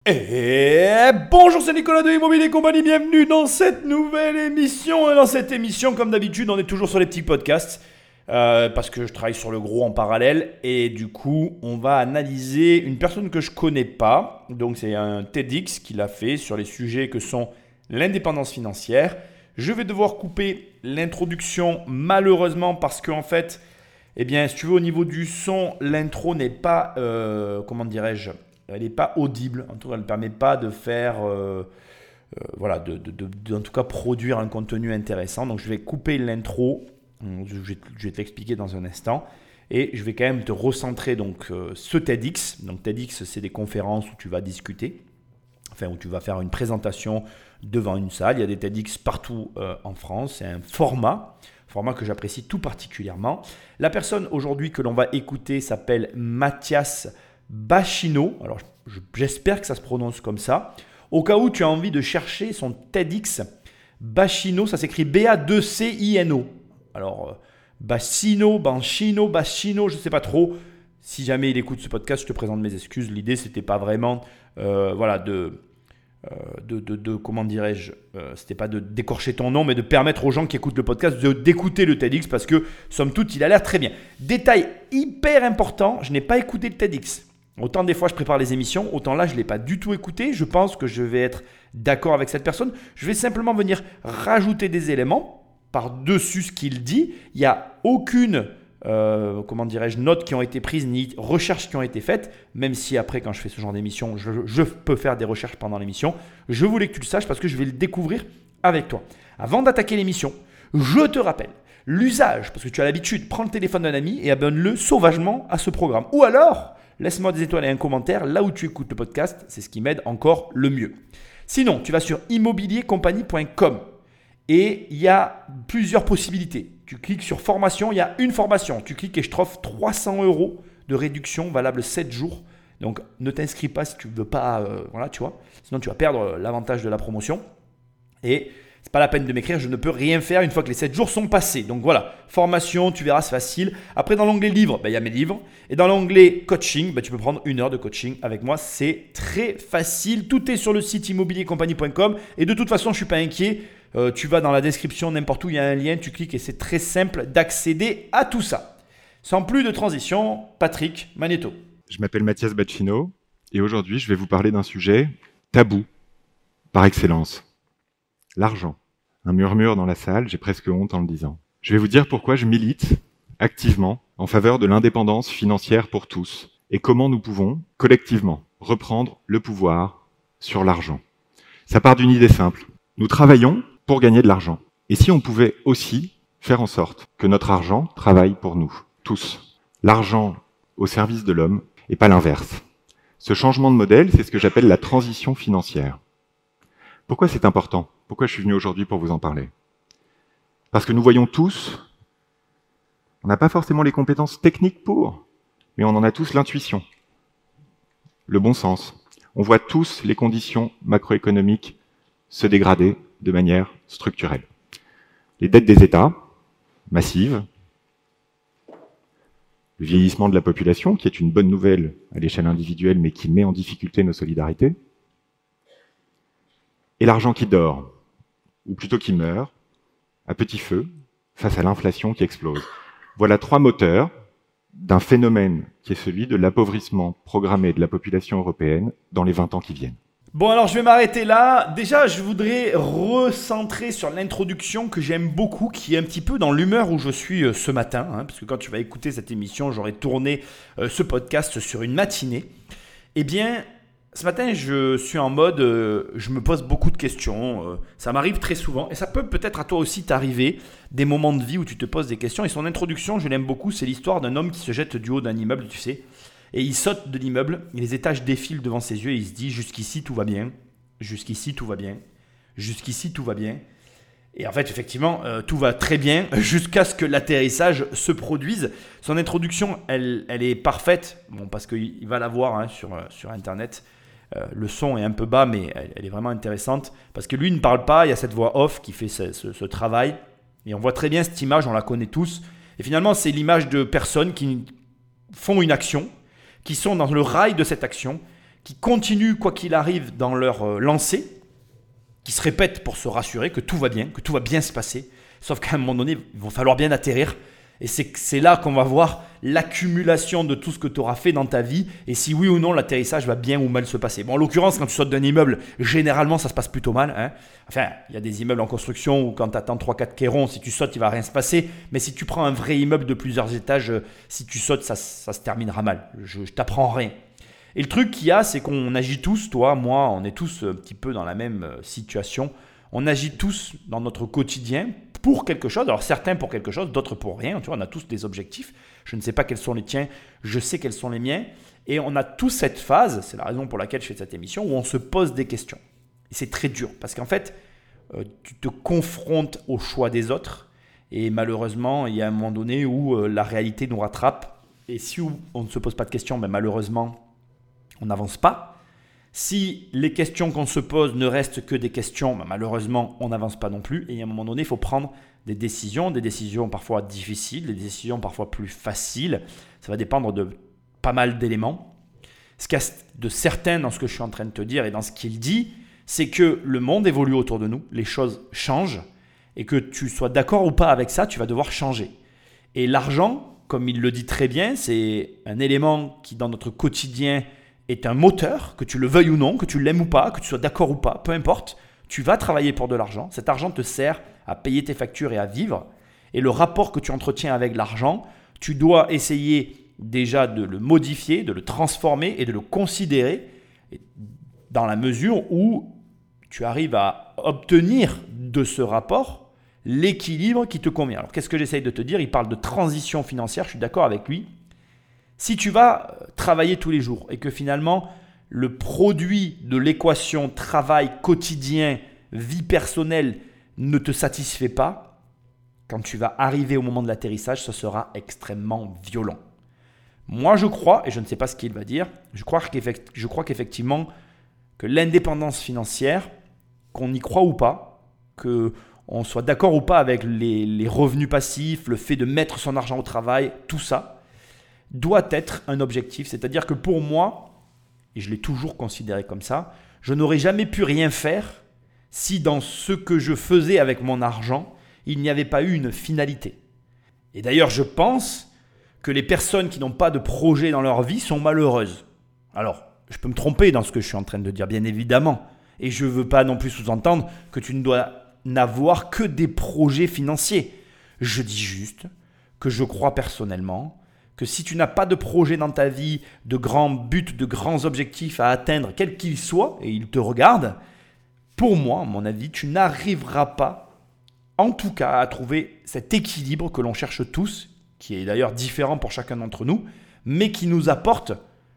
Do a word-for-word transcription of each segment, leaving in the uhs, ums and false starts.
Et bonjour, c'est Nicolas de Immobilier et Compagnie, bienvenue dans cette nouvelle émission. Et dans cette émission, comme d'habitude, on est toujours sur les petits podcasts euh, parce que je travaille sur le gros en parallèle. Et du coup, on va analyser une personne que je ne connais pas. Donc, c'est un TEDx qu'il a fait sur les sujets que sont l'indépendance financière. Je vais devoir couper l'introduction malheureusement parce qu'en fait, eh bien, si tu veux, au niveau du son, l'intro n'est pas, euh, comment dirais-je, elle n'est pas audible. En tout cas, elle ne permet pas de faire, euh, euh, voilà, de, de, de, de, en tout cas, produire un contenu intéressant. Donc, je vais couper l'intro. Je vais, je vais te l'expliquer dans un instant. Et je vais quand même te recentrer donc, euh, ce TEDx. Donc, TEDx, c'est des conférences où tu vas discuter. Enfin, où tu vas faire une présentation devant une salle. Il y a des TEDx partout euh, en France. C'est un format, format que j'apprécie tout particulièrement. La personne aujourd'hui que l'on va écouter s'appelle Mathias Bachino. Alors, je, j'espère que ça se prononce comme ça. Au cas où tu as envie de chercher son TEDx, Bachino, ça s'écrit B A deux C I N O. Alors, euh, Bachino, Banchino, Bachino, je ne sais pas trop. Si jamais il écoute ce podcast, je te présente mes excuses. L'idée, ce n'était pas vraiment euh, voilà, de, euh, de, de, de, comment dirais-je, euh, c'était pas de d'écorcher ton nom, mais de permettre aux gens qui écoutent le podcast de, d'écouter le TEDx parce que, somme toute, il a l'air très bien. Détail hyper important, je n'ai pas écouté le TEDx. Autant des fois, je prépare les émissions, autant là, je ne l'ai pas du tout écouté. Je pense que je vais être d'accord avec cette personne. Je vais simplement venir rajouter des éléments par-dessus ce qu'il dit. Il n'y a aucune euh, comment dirais-je, notes qui ont été prises ni recherches qui ont été faites, même si après, quand je fais ce genre d'émission, je, je peux faire des recherches pendant l'émission. Je voulais que tu le saches parce que je vais le découvrir avec toi. Avant d'attaquer l'émission, je te rappelle l'usage, parce que tu as l'habitude, prends le téléphone d'un ami et abonne-le sauvagement à ce programme. Ou alors, laisse-moi des étoiles et un commentaire là où tu écoutes le podcast, c'est ce qui m'aide encore le mieux. Sinon, tu vas sur immobilier compagnie point com et il y a plusieurs possibilités. Tu cliques sur formation, il y a une formation. Tu cliques et je t'offre trois cents euros de réduction valable sept jours. Donc, ne t'inscris pas si tu ne veux pas, euh, voilà, tu vois. Sinon, tu vas perdre l'avantage de la promotion. Et ce n'est pas la peine de m'écrire, je ne peux rien faire une fois que les sept jours sont passés. Donc voilà, formation, tu verras, c'est facile. Après, dans l'onglet livres, ben, il y a mes livres. Et dans l'onglet coaching, ben, tu peux prendre une heure de coaching avec moi. C'est très facile. Tout est sur le site immobilier compagnie point com. Et de toute façon, je ne suis pas inquiet. Euh, tu vas dans la description, n'importe où, il y a un lien, tu cliques et c'est très simple d'accéder à tout ça. Sans plus de transition, Patrick Magnéto. Je m'appelle Mathias Bachino et aujourd'hui, je vais vous parler d'un sujet tabou par excellence. L'argent. Un murmure dans la salle, j'ai presque honte en le disant. Je vais vous dire pourquoi je milite activement en faveur de l'indépendance financière pour tous et comment nous pouvons, collectivement, reprendre le pouvoir sur l'argent. Ça part d'une idée simple. Nous travaillons pour gagner de l'argent. Et si on pouvait aussi faire en sorte que notre argent travaille pour nous, tous. L'argent au service de l'homme et pas l'inverse. Ce changement de modèle, c'est ce que j'appelle la transition financière. Pourquoi c'est important ? Pourquoi je suis venu aujourd'hui pour vous en parler ? Parce que nous voyons tous, on n'a pas forcément les compétences techniques pour, mais on en a tous l'intuition, le bon sens. On voit tous les conditions macroéconomiques se dégrader de manière structurelle. Les dettes des États, massives, le vieillissement de la population, qui est une bonne nouvelle à l'échelle individuelle, mais qui met en difficulté nos solidarités, et l'argent qui dort, ou plutôt qui meurt, à petit feu, face à l'inflation qui explose. Voilà trois moteurs d'un phénomène qui est celui de l'appauvrissement programmé de la population européenne dans les vingt ans qui viennent. Bon, alors je vais m'arrêter là. Déjà, je voudrais recentrer sur l'introduction que j'aime beaucoup, qui est un petit peu dans l'humeur où je suis euh, ce matin, hein, parce que quand tu vas écouter cette émission, j'aurai tourné euh, ce podcast sur une matinée. Eh bien, ce matin, je suis en mode, euh, je me pose beaucoup de questions. Euh, ça m'arrive très souvent, et ça peut peut-être à toi aussi t'arriver, des moments de vie où tu te poses des questions. Et son introduction, je l'aime beaucoup, c'est l'histoire d'un homme qui se jette du haut d'un immeuble, tu sais. Et il saute de l'immeuble, et les étages défilent devant ses yeux et il se dit « Jusqu'ici, tout va bien. Jusqu'ici, tout va bien. Jusqu'ici, tout va bien. » Et en fait, effectivement, euh, tout va très bien jusqu'à ce que l'atterrissage se produise. Son introduction, elle, elle est parfaite, bon, parce qu'il va la voir hein, sur, sur Internet. Euh, le son est un peu bas, mais elle, elle est vraiment intéressante. Parce que lui ne parle pas, il y a cette voix off qui fait ce, ce, ce travail. Et on voit très bien cette image, on la connaît tous. Et finalement, c'est l'image de personnes qui font une action, qui sont dans le rail de cette action, qui continuent quoi qu'il arrive dans leur euh, lancée, qui se répètent pour se rassurer que tout va bien, que tout va bien se passer. Sauf qu'à un moment donné, il va falloir bien atterrir. Et c'est, c'est là qu'on va voir l'accumulation de tout ce que tu auras fait dans ta vie et si oui ou non l'atterrissage va bien ou mal se passer. Bon, en l'occurrence, quand tu sautes d'un immeuble, généralement, ça se passe plutôt mal. Hein. Enfin, il y a des immeubles en construction où quand tu attends trois quatre quairons, si tu sautes, il ne va rien se passer. Mais si tu prends un vrai immeuble de plusieurs étages, si tu sautes, ça, ça se terminera mal. Je ne t'apprends rien. Et le truc qu'il y a, c'est qu'on agit tous, toi, moi, on est tous un petit peu dans la même situation. On agit tous dans notre quotidien pour quelque chose. Alors certains pour quelque chose, d'autres pour rien. Tu vois, on a tous des objectifs. Je ne sais pas quels sont les tiens, je sais quels sont les miens. Et on a tous cette phase, c'est la raison pour laquelle je fais cette émission, où on se pose des questions. Et c'est très dur parce qu'en fait, euh, tu te confrontes au choix des autres. Et malheureusement, il y a un moment donné où euh, la réalité nous rattrape. Et si on ne se pose pas de questions, ben malheureusement, on n'avance pas. Si les questions qu'on se pose ne restent que des questions, ben malheureusement, on n'avance pas non plus. Et à un moment donné, il faut prendre des décisions, des décisions parfois difficiles, des décisions parfois plus faciles. Ça va dépendre de pas mal d'éléments. Ce qu'il y a de certain dans ce que je suis en train de te dire et dans ce qu'il dit, c'est que le monde évolue autour de nous, les choses changent et que tu sois d'accord ou pas avec ça, tu vas devoir changer. Et l'argent, comme il le dit très bien, c'est un élément qui dans notre quotidien est un moteur, que tu le veuilles ou non, que tu l'aimes ou pas, que tu sois d'accord ou pas, peu importe, tu vas travailler pour de l'argent. Cet argent te sert à payer tes factures et à vivre. Et le rapport que tu entretiens avec l'argent, tu dois essayer déjà de le modifier, de le transformer et de le considérer dans la mesure où tu arrives à obtenir de ce rapport l'équilibre qui te convient. Alors qu'est-ce que j'essaye de te dire ? Il parle de transition financière, je suis d'accord avec lui. Si tu vas travailler tous les jours et que finalement le produit de l'équation travail quotidien, vie personnelle ne te satisfait pas, quand tu vas arriver au moment de l'atterrissage, ce sera extrêmement violent. Moi, je crois, et je ne sais pas ce qu'il va dire, je crois, qu'effect- je crois qu'effectivement que l'indépendance financière, qu'on y croit ou pas, qu'on soit d'accord ou pas avec les, les revenus passifs, le fait de mettre son argent au travail, tout ça, doit être un objectif. C'est-à-dire que pour moi, et je l'ai toujours considéré comme ça, je n'aurais jamais pu rien faire si dans ce que je faisais avec mon argent, il n'y avait pas eu une finalité. Et d'ailleurs, je pense que les personnes qui n'ont pas de projet dans leur vie sont malheureuses. Alors, je peux me tromper dans ce que je suis en train de dire, bien évidemment. Et je ne veux pas non plus sous-entendre que tu ne dois n'avoir que des projets financiers. Je dis juste que je crois personnellement que si tu n'as pas de projet dans ta vie, de grands buts, de grands objectifs à atteindre, quels qu'ils soient, et ils te regardent, pour moi, à mon avis, tu n'arriveras pas, en tout cas, à trouver cet équilibre que l'on cherche tous, qui est d'ailleurs différent pour chacun d'entre nous, mais qui nous apporte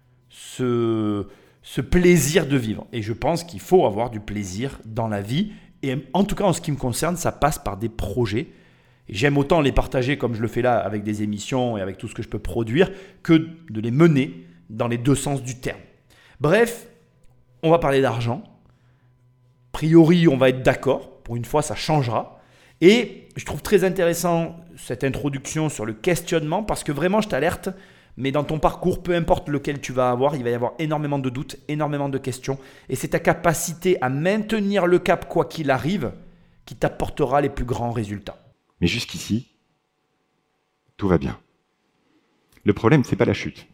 ce, ce plaisir de vivre. Et je pense qu'il faut avoir du plaisir dans la vie, et en tout cas, en ce qui me concerne, ça passe par des projets. Et j'aime autant les partager comme je le fais là avec des émissions et avec tout ce que je peux produire que de les mener dans les deux sens du terme. Bref, on va parler d'argent. A priori, on va être d'accord. Pour une fois, ça changera. Et je trouve très intéressant cette introduction sur le questionnement parce que vraiment, je t'alerte, mais dans ton parcours, peu importe lequel tu vas avoir, il va y avoir énormément de doutes, énormément de questions. Et c'est ta capacité à maintenir le cap quoi qu'il arrive qui t'apportera les plus grands résultats. Mais jusqu'ici, tout va bien. Le problème, ce n'est pas la chute.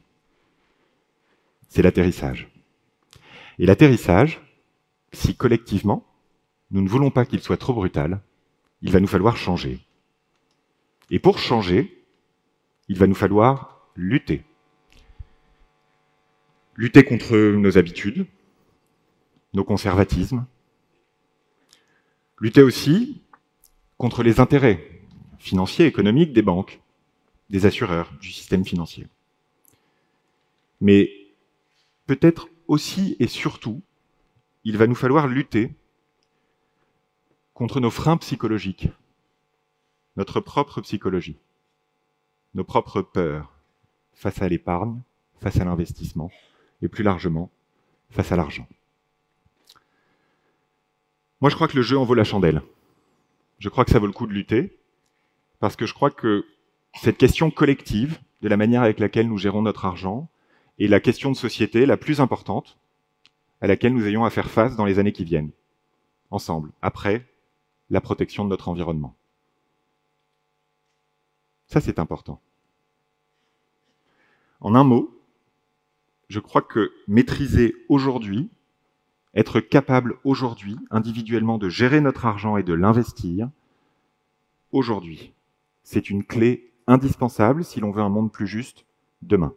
C'est l'atterrissage. Et l'atterrissage, si collectivement, nous ne voulons pas qu'il soit trop brutal, il va nous falloir changer. Et pour changer, il va nous falloir lutter. Lutter contre nos habitudes, nos conservatismes. Lutter aussi contre les intérêts financiers, économiques des banques, des assureurs, du système financier. Mais peut-être aussi et surtout, il va nous falloir lutter contre nos freins psychologiques, notre propre psychologie, nos propres peurs face à l'épargne, face à l'investissement et plus largement face à l'argent. Moi, je crois que le jeu en vaut la chandelle. Je crois que ça vaut le coup de lutter parce que je crois que cette question collective de la manière avec laquelle nous gérons notre argent est la question de société la plus importante à laquelle nous ayons à faire face dans les années qui viennent. Ensemble, après la protection de notre environnement. Ça, c'est important. En un mot, je crois que maîtriser aujourd'hui, être capable aujourd'hui, individuellement, de gérer notre argent et de l'investir, aujourd'hui, c'est une clé indispensable si l'on veut un monde plus juste demain.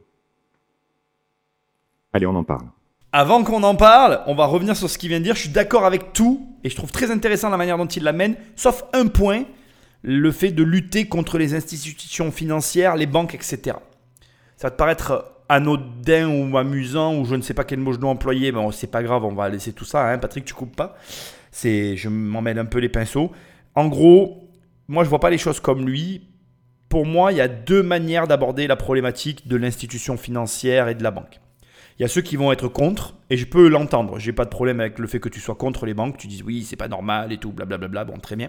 Allez, on en parle. Avant qu'on en parle, on va revenir sur ce qu'il vient de dire. Je suis d'accord avec tout et je trouve très intéressant la manière dont il l'amène, sauf un point, le fait de lutter contre les institutions financières, les banques, et cetera. Ça va te paraître anodin ou amusant ou je ne sais pas quel mot je dois employer, mais bon, c'est pas grave, on va laisser tout ça. Hein. Patrick, tu coupes pas. C'est, je m'en mêle un peu les pinceaux. En gros, moi je vois pas les choses comme lui. Pour moi, il y a deux manières d'aborder la problématique de l'institution financière et de la banque. Il y a ceux qui vont être contre, et je peux l'entendre. Je n'ai pas de problème avec le fait que tu sois contre les banques. Tu dises oui, c'est pas normal et tout, blablabla. Bon, très bien.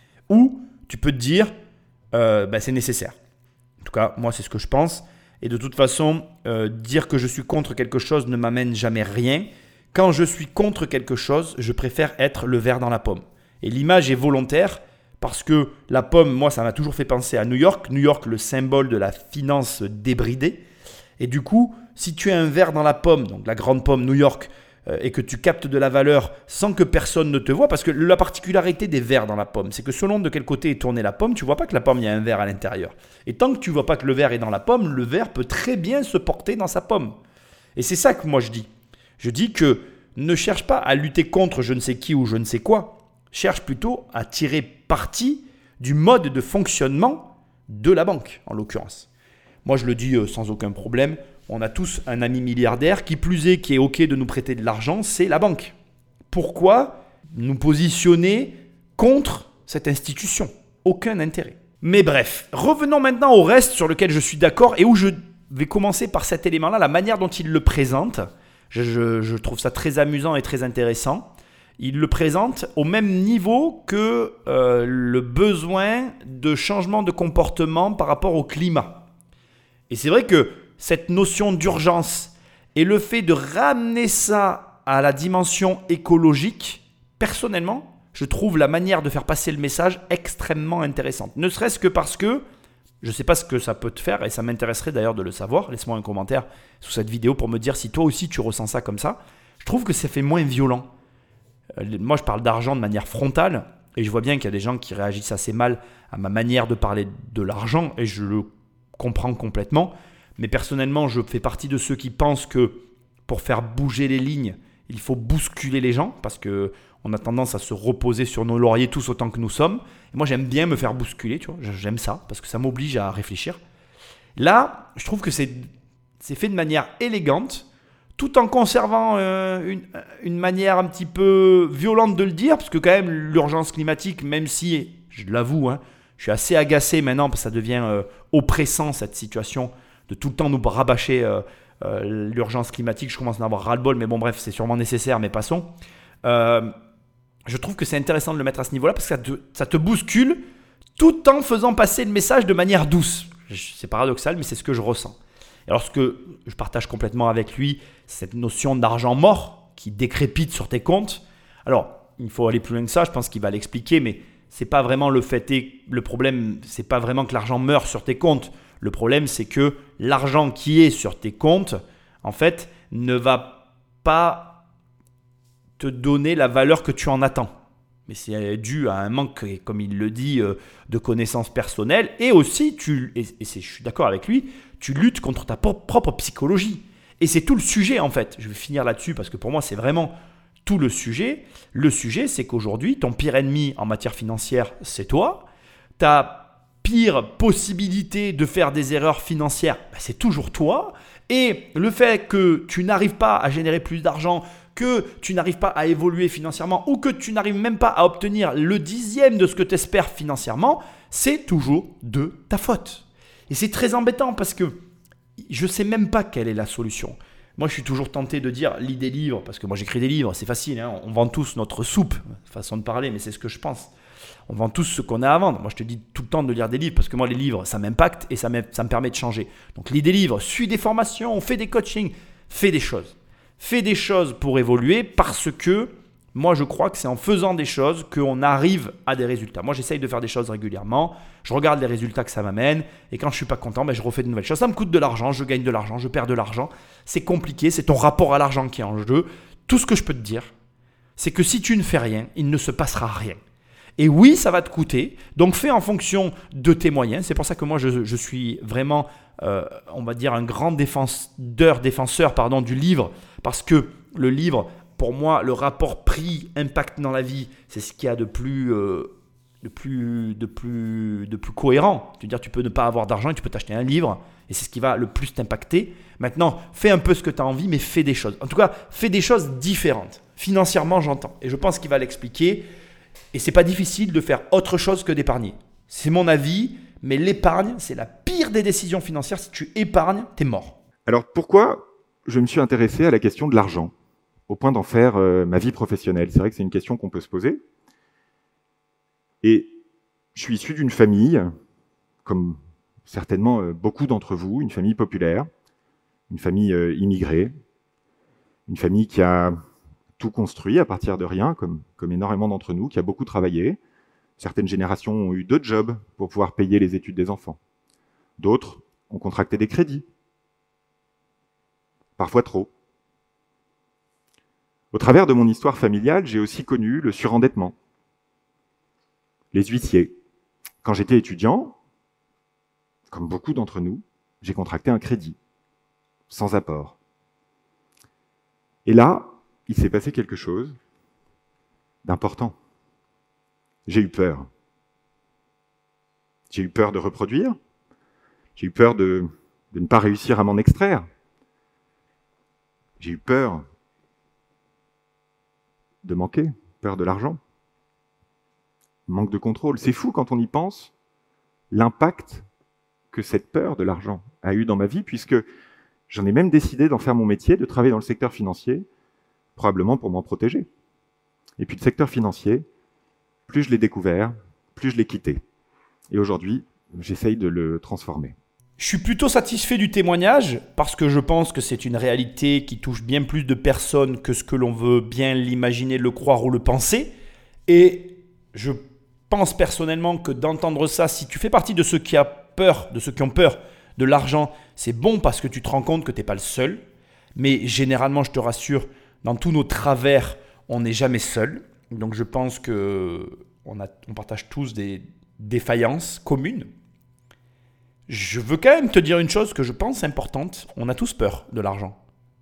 Ou tu peux te dire, euh, ben, c'est nécessaire. En tout cas, moi, c'est ce que je pense. Et de toute façon, euh, dire que je suis contre quelque chose ne m'amène jamais rien. Quand je suis contre quelque chose, je préfère être le ver dans la pomme. Et l'image est volontaire parce que la pomme, moi, ça m'a toujours fait penser à New York. New York, le symbole de la finance débridée. Et du coup, si tu as un ver dans la pomme, donc la grande pomme New York, euh, et que tu captes de la valeur sans que personne ne te voit, parce que la particularité des vers dans la pomme, c'est que selon de quel côté est tournée la pomme, tu ne vois pas que la pomme, il y a un ver à l'intérieur. Et tant que tu ne vois pas que le ver est dans la pomme, le ver peut très bien se porter dans sa pomme. Et c'est ça que moi je dis. Je dis que ne cherche pas à lutter contre je ne sais qui ou je ne sais quoi. Cherche plutôt à tirer parti du mode de fonctionnement de la banque, en l'occurrence. Moi, je le dis euh, sans aucun problème. On a tous un ami milliardaire, qui plus est, qui est OK de nous prêter de l'argent, c'est la banque. Pourquoi nous positionner contre cette institution? Aucun intérêt. Mais bref, revenons maintenant au reste sur lequel je suis d'accord et où je vais commencer par cet élément-là, la manière dont il le présente. Je, je, je trouve ça très amusant et très intéressant. Il le présente au même niveau que euh, le besoin de changement de comportement par rapport au climat. Et c'est vrai que cette notion d'urgence et le fait de ramener ça à la dimension écologique, personnellement, je trouve la manière de faire passer le message extrêmement intéressante. Ne serait-ce que parce que, je ne sais pas ce que ça peut te faire et ça m'intéresserait d'ailleurs de le savoir. Laisse-moi un commentaire sous cette vidéo pour me dire si toi aussi tu ressens ça comme ça. Je trouve que ça fait moins violent. Moi, je parle d'argent de manière frontale et je vois bien qu'il y a des gens qui réagissent assez mal à ma manière de parler de l'argent et je le comprends complètement. Mais personnellement, je fais partie de ceux qui pensent que pour faire bouger les lignes, il faut bousculer les gens parce qu'on a tendance à se reposer sur nos lauriers tous autant que nous sommes. Et moi, j'aime bien me faire bousculer, tu vois, j'aime ça parce que ça m'oblige à réfléchir. Là, je trouve que c'est, c'est fait de manière élégante, tout en conservant euh, une, une manière un petit peu violente de le dire, parce que quand même, l'urgence climatique, même si, je l'avoue, hein, je suis assez agacé maintenant parce que ça devient euh, oppressant cette situation de tout le temps nous rabâcher euh, euh, l'urgence climatique. Je commence à en avoir ras-le-bol, mais bon bref, c'est sûrement nécessaire, mais passons. Euh, je trouve que c'est intéressant de le mettre à ce niveau-là parce que ça te, ça te bouscule tout en faisant passer le message de manière douce. C'est paradoxal, mais c'est ce que je ressens. Et alors ce que je partage complètement avec lui, c'est cette notion d'argent mort qui décrépite sur tes comptes. Alors, il faut aller plus loin que ça, je pense qu'il va l'expliquer, mais c'est pas vraiment le fait et le problème, c'est pas vraiment que l'argent meurt sur tes comptes. Le problème, c'est que l'argent qui est sur tes comptes, en fait, ne va pas te donner la valeur que tu en attends. Mais c'est dû à un manque, comme il le dit, de connaissances personnelles. Et aussi, tu, et, et c'est, je suis d'accord avec lui, tu luttes contre ta propre psychologie. Et c'est tout le sujet, en fait. Je vais finir là-dessus parce que pour moi, c'est vraiment tout le sujet. Le sujet, c'est qu'aujourd'hui, ton pire ennemi en matière financière, c'est toi. Ta pire possibilité de faire des erreurs financières, ben c'est toujours toi. Et le fait que tu n'arrives pas à générer plus d'argent, que tu n'arrives pas à évoluer financièrement ou que tu n'arrives même pas à obtenir le dixième de ce que tu espères financièrement, c'est toujours de ta faute. Et c'est très embêtant parce que je ne sais même pas quelle est la solution. Moi, je suis toujours tenté de dire, lis des livres, parce que moi, j'écris des livres, c'est facile, hein, on vend tous notre soupe, façon de parler, mais c'est ce que je pense. On vend tous ce qu'on a à vendre. Moi, je te dis tout le temps de lire des livres, parce que moi, les livres, ça m'impacte et ça me, ça me permet de changer. Donc, lis des livres, suis des formations, fais des coachings, fais des choses. Fais des choses pour évoluer parce que moi, je crois que c'est en faisant des choses qu'on arrive à des résultats. Moi, j'essaye de faire des choses régulièrement. Je regarde les résultats que ça m'amène. Et quand je ne suis pas content, ben, je refais de nouvelles choses. Ça me coûte de l'argent, je gagne de l'argent, je perds de l'argent. C'est compliqué, c'est ton rapport à l'argent qui est en jeu. Tout ce que je peux te dire, c'est que si tu ne fais rien, il ne se passera rien. Et oui, ça va te coûter. Donc, fais en fonction de tes moyens. C'est pour ça que moi, je, je suis vraiment, euh, on va dire, un grand défenseur, défenseur pardon, du livre. Parce que le livre... Pour moi, le rapport prix-impact dans la vie, c'est ce qu'il y a de plus, euh, de plus, de plus, de plus cohérent. Tu veux dire, tu peux ne pas avoir d'argent et tu peux t'acheter un livre et c'est ce qui va le plus t'impacter. Maintenant, fais un peu ce que tu as envie, mais fais des choses. En tout cas, fais des choses différentes. Financièrement, j'entends. Et je pense qu'il va l'expliquer. Et c'est pas difficile de faire autre chose que d'épargner. C'est mon avis, mais l'épargne, c'est la pire des décisions financières. Si tu épargnes, tu es mort. Alors pourquoi je me suis intéressé à la question de l'argent au point d'en faire euh, ma vie professionnelle? C'est vrai que c'est une question qu'on peut se poser. Et je suis issu d'une famille, comme certainement euh, beaucoup d'entre vous, une famille populaire, une famille euh, immigrée, une famille qui a tout construit à partir de rien, comme, comme énormément d'entre nous, qui a beaucoup travaillé. Certaines générations ont eu deux jobs pour pouvoir payer les études des enfants. D'autres ont contracté des crédits, parfois trop. Au travers de mon histoire familiale, j'ai aussi connu le surendettement, les huissiers. Quand j'étais étudiant, comme beaucoup d'entre nous, j'ai contracté un crédit, sans apport. Et là, il s'est passé quelque chose d'important. J'ai eu peur. J'ai eu peur de reproduire. J'ai eu peur de, de ne pas réussir à m'en extraire. J'ai eu peur de manquer, peur de l'argent, manque de contrôle. C'est fou quand on y pense, l'impact que cette peur de l'argent a eu dans ma vie, puisque j'en ai même décidé d'en faire mon métier, de travailler dans le secteur financier, probablement pour m'en protéger. Et puis le secteur financier, plus je l'ai découvert, plus je l'ai quitté. Et aujourd'hui, j'essaye de le transformer. Je suis plutôt satisfait du témoignage parce que je pense que c'est une réalité qui touche bien plus de personnes que ce que l'on veut bien l'imaginer, le croire ou le penser. Et je pense personnellement que d'entendre ça, si tu fais partie de ceux qui ont peur, de ceux qui ont peur de l'argent, c'est bon parce que tu te rends compte que tu n'es pas le seul. Mais généralement, je te rassure, dans tous nos travers, on n'est jamais seul. Donc je pense qu'on a, on partage tous des défaillances communes. Je veux quand même te dire une chose que je pense importante. On a tous peur de l'argent,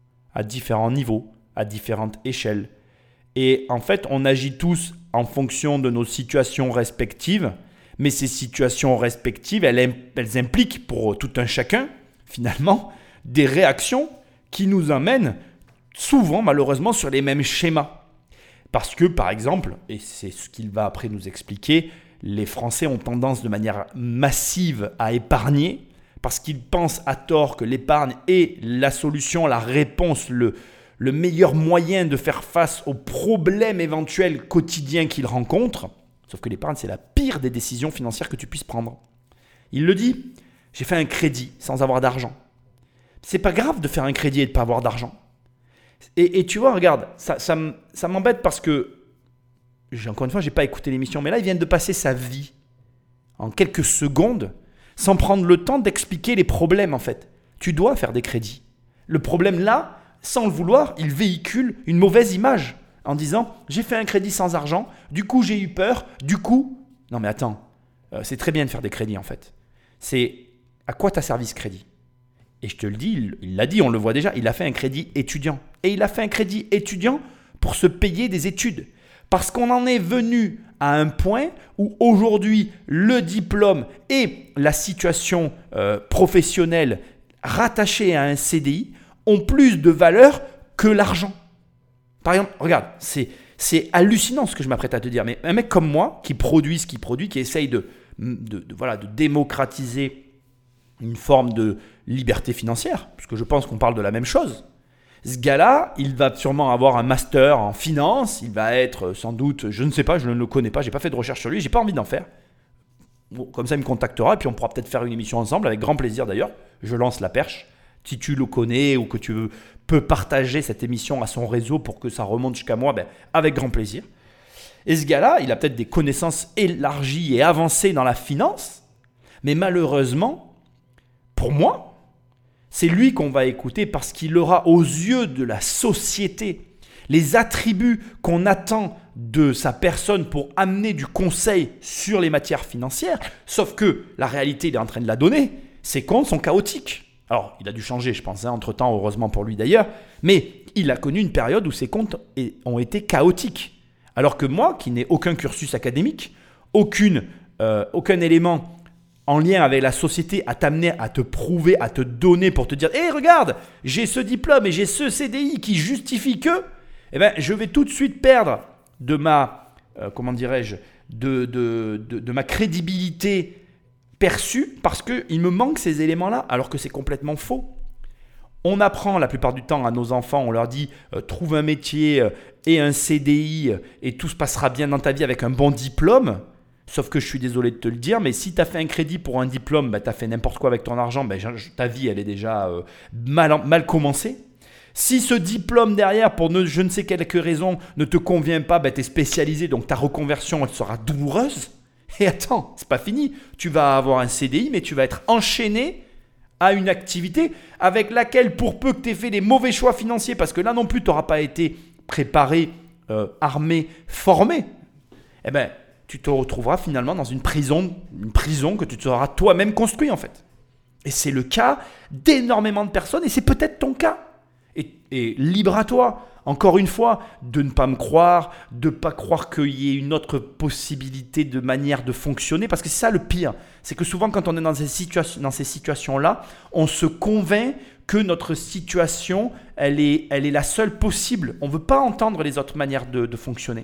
à différents niveaux, à différentes échelles. Et en fait, on agit tous en fonction de nos situations respectives. Mais ces situations respectives, elles, elles impliquent pour tout un chacun, finalement, des réactions qui nous amènent souvent, malheureusement, sur les mêmes schémas. Parce que, par exemple, et c'est ce qu'il va après nous expliquer, les Français ont tendance de manière massive à épargner parce qu'ils pensent à tort que l'épargne est la solution, la réponse, le, le meilleur moyen de faire face aux problèmes éventuels quotidiens qu'ils rencontrent. Sauf que l'épargne, c'est la pire des décisions financières que tu puisses prendre. Il le dit, j'ai fait un crédit sans avoir d'argent. C'est pas grave de faire un crédit et de ne pas avoir d'argent. Et, et tu vois, regarde, ça, ça, ça m'embête parce que encore une fois, je n'ai pas écouté l'émission, mais là, il vient de passer sa vie en quelques secondes sans prendre le temps d'expliquer les problèmes en fait. Tu dois faire des crédits. Le problème là, sans le vouloir, il véhicule une mauvaise image en disant « j'ai fait un crédit sans argent, du coup j'ai eu peur, du coup… » Non mais attends, euh, c'est très bien de faire des crédits en fait. C'est à quoi t'a servi ce crédit ? Et je te le dis, il, il l'a dit, on le voit déjà, il a fait un crédit étudiant. Et il a fait un crédit étudiant pour se payer des études. Parce qu'on en est venu à un point où aujourd'hui, le diplôme et la situation euh, professionnelle rattachée à un C D I ont plus de valeur que l'argent. Par exemple, regarde, c'est, c'est hallucinant ce que je m'apprête à te dire. Mais un mec comme moi, qui produit ce qu'il produit, qui essaye de, de, de, voilà, de démocratiser une forme de liberté financière, parce que je pense qu'on parle de la même chose. Ce gars-là, il va sûrement avoir un master en finance, il va être sans doute, je ne sais pas, je ne le connais pas, je n'ai pas fait de recherche sur lui, je n'ai pas envie d'en faire. Bon, comme ça, il me contactera et puis on pourra peut-être faire une émission ensemble, avec grand plaisir d'ailleurs. Je lance la perche. Si tu le connais ou que tu veux, peux partager cette émission à son réseau pour que ça remonte jusqu'à moi, ben, avec grand plaisir. Et ce gars-là, il a peut-être des connaissances élargies et avancées dans la finance, mais malheureusement, pour moi, c'est lui qu'on va écouter parce qu'il aura aux yeux de la société les attributs qu'on attend de sa personne pour amener du conseil sur les matières financières, sauf que la réalité, il est en train de la donner, ses comptes sont chaotiques. Alors, il a dû changer, je pense, hein, entre-temps, heureusement pour lui d'ailleurs, mais il a connu une période où ses comptes ont été chaotiques. Alors que moi, qui n'ai aucun cursus académique, aucune, euh, aucun élément en lien avec la société à t'amener à te prouver, à te donner pour te dire « Hé, hey, regarde, j'ai ce diplôme et j'ai ce C D I qui justifie que… » Eh bien, je vais tout de suite perdre de ma, euh, comment dirais-je, de, de, de, de ma crédibilité perçue parce qu'il me manque ces éléments-là, alors que c'est complètement faux. On apprend la plupart du temps à nos enfants, on leur dit euh, « trouve un métier euh, et un C D I euh, et tout se passera bien dans ta vie avec un bon diplôme ». Sauf que je suis désolé de te le dire, mais si tu as fait un crédit pour un diplôme, bah, tu as fait n'importe quoi avec ton argent, bah, ta vie elle est déjà euh, mal, mal commencée. Si ce diplôme derrière, pour ne, je ne sais quelle raison, ne te convient pas, bah, tu es spécialisé, donc ta reconversion elle sera douloureuse. Et attends, c'est pas fini. Tu vas avoir un C D I, mais tu vas être enchaîné à une activité avec laquelle, pour peu que tu aies fait des mauvais choix financiers, parce que là non plus, tu n'auras pas été préparé, euh, armé, formé, eh ben, tu te retrouveras finalement dans une prison, une prison que tu te seras toi-même construit en fait. Et c'est le cas d'énormément de personnes, et c'est peut-être ton cas. Et, et libre à toi, encore une fois, de ne pas me croire, de ne pas croire qu'il y ait une autre possibilité de manière de fonctionner, parce que c'est ça le pire. C'est que souvent quand on est dans ces, situa- dans ces situations-là, on se convainc que notre situation, elle est, elle est la seule possible. On ne veut pas entendre les autres manières de, de fonctionner.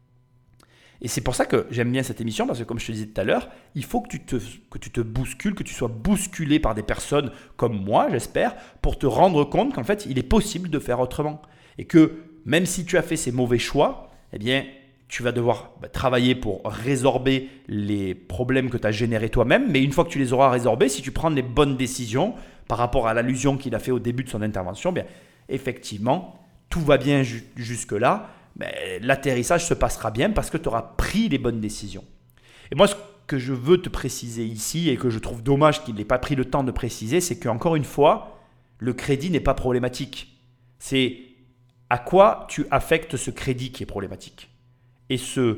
Et c'est pour ça que j'aime bien cette émission, parce que comme je te disais tout à l'heure, il faut que tu te, que tu te bouscules, que tu sois bousculé par des personnes comme moi, j'espère, pour te rendre compte qu'en fait, il est possible de faire autrement. Et que même si tu as fait ces mauvais choix, eh bien, tu vas devoir bah, travailler pour résorber les problèmes que tu as générés toi-même. Mais une fois que tu les auras résorbés, si tu prends les bonnes décisions par rapport à l'allusion qu'il a fait au début de son intervention, bien, effectivement, tout va bien ju- jusque-là. Mais l'atterrissage se passera bien parce que tu auras pris les bonnes décisions. Et moi, ce que je veux te préciser ici et que je trouve dommage qu'il n'ait pas pris le temps de préciser, c'est qu'encore une fois, le crédit n'est pas problématique. C'est à quoi tu affectes ce crédit qui est problématique. Et ce,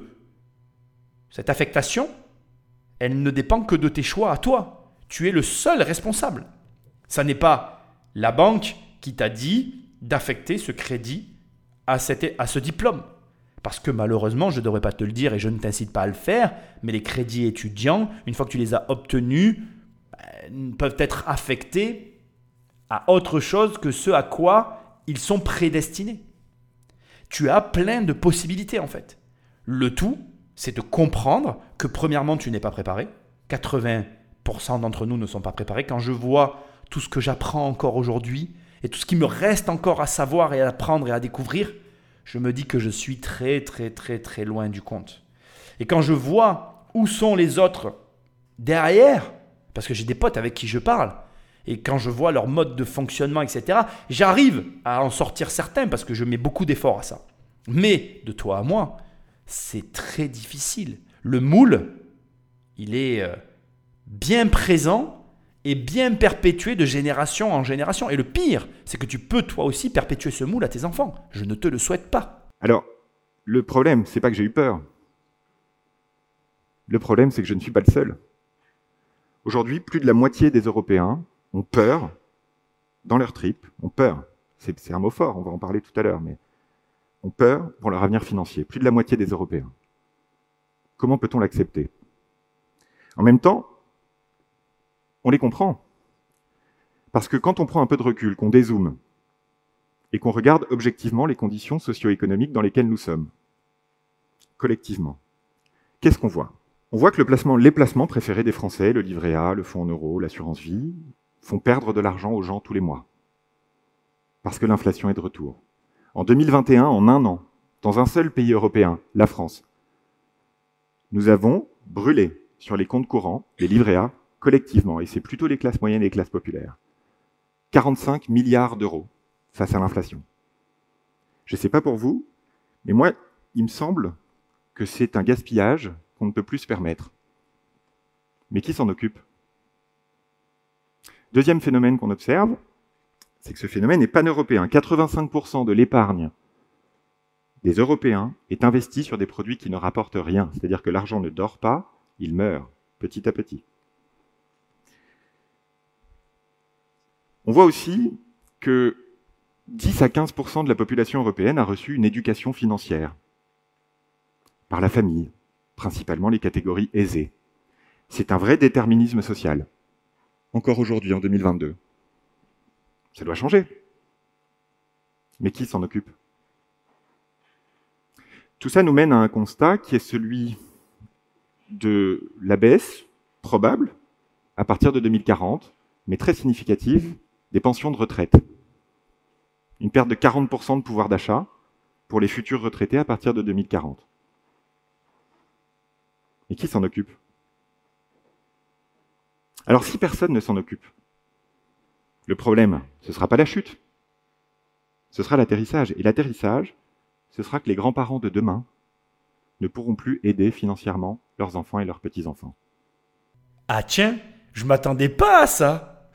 cette affectation, elle ne dépend que de tes choix à toi. Tu es le seul responsable. Ça n'est pas la banque qui t'a dit d'affecter ce crédit à, cette, à ce diplôme. Parce que malheureusement, je ne devrais pas te le dire et je ne t'incite pas à le faire, mais les crédits étudiants, une fois que tu les as obtenus, ben, peuvent être affectés à autre chose que ce à quoi ils sont prédestinés. Tu as plein de possibilités en fait. Le tout, c'est de comprendre que premièrement, tu n'es pas préparé. quatre-vingts pour cent d'entre nous ne sont pas préparés. Quand je vois tout ce que j'apprends encore aujourd'hui, et tout ce qui me reste encore à savoir et à apprendre et à découvrir, je me dis que je suis très très très très loin du compte. Et quand je vois où sont les autres derrière, parce que j'ai des potes avec qui je parle, et quand je vois leur mode de fonctionnement, et cetera, j'arrive à en sortir certains parce que je mets beaucoup d'efforts à ça. Mais de toi à moi, c'est très difficile. Le moule, il est bien présent et bien perpétué de génération en génération. Et le pire, c'est que tu peux toi aussi perpétuer ce moule à tes enfants. Je ne te le souhaite pas. Alors, le problème, c'est pas que j'ai eu peur. Le problème, c'est que je ne suis pas le seul. Aujourd'hui, plus de la moitié des Européens ont peur dans leur trip, ont peur. C'est, c'est un mot fort, on va en parler tout à l'heure, mais ont peur pour leur avenir financier. Plus de la moitié des Européens. Comment peut-on l'accepter ? En même temps, on les comprend. Parce que quand on prend un peu de recul, qu'on dézoome, et qu'on regarde objectivement les conditions socio-économiques dans lesquelles nous sommes, collectivement, qu'est-ce qu'on voit ? On voit que le placement, les placements préférés des Français, le livret A, le fonds en euros, l'assurance vie, font perdre de l'argent aux gens tous les mois. Parce que l'inflation est de retour. En deux mille vingt et un, en un an, dans un seul pays européen, la France, nous avons brûlé sur les comptes courants, les livrets A, collectivement, et c'est plutôt les classes moyennes et les classes populaires, quarante-cinq milliards d'euros face à l'inflation. Je ne sais pas pour vous, mais moi, il me semble que c'est un gaspillage qu'on ne peut plus se permettre. Mais qui s'en occupe ? Deuxième phénomène qu'on observe, c'est que ce phénomène est pan-européen. quatre-vingt-cinq pour cent de l'épargne des Européens est investie sur des produits qui ne rapportent rien. C'est-à-dire que l'argent ne dort pas, il meurt petit à petit. On voit aussi que dix à quinze pour cent de la population européenne a reçu une éducation financière par la famille, principalement les catégories aisées. C'est un vrai déterminisme social, encore aujourd'hui, en deux mille vingt-deux. Ça doit changer. Mais qui s'en occupe ? Tout ça nous mène à un constat qui est celui de la baisse probable, à partir de deux mille quarante, mais très significative, des pensions de retraite. Une perte de quarante pour cent de pouvoir d'achat pour les futurs retraités à partir de deux mille quarante. Et qui s'en occupe ? Alors si personne ne s'en occupe, le problème, ce ne sera pas la chute, ce sera l'atterrissage. Et l'atterrissage, ce sera que les grands-parents de demain ne pourront plus aider financièrement leurs enfants et leurs petits-enfants. Ah tiens, je m'attendais pas à ça.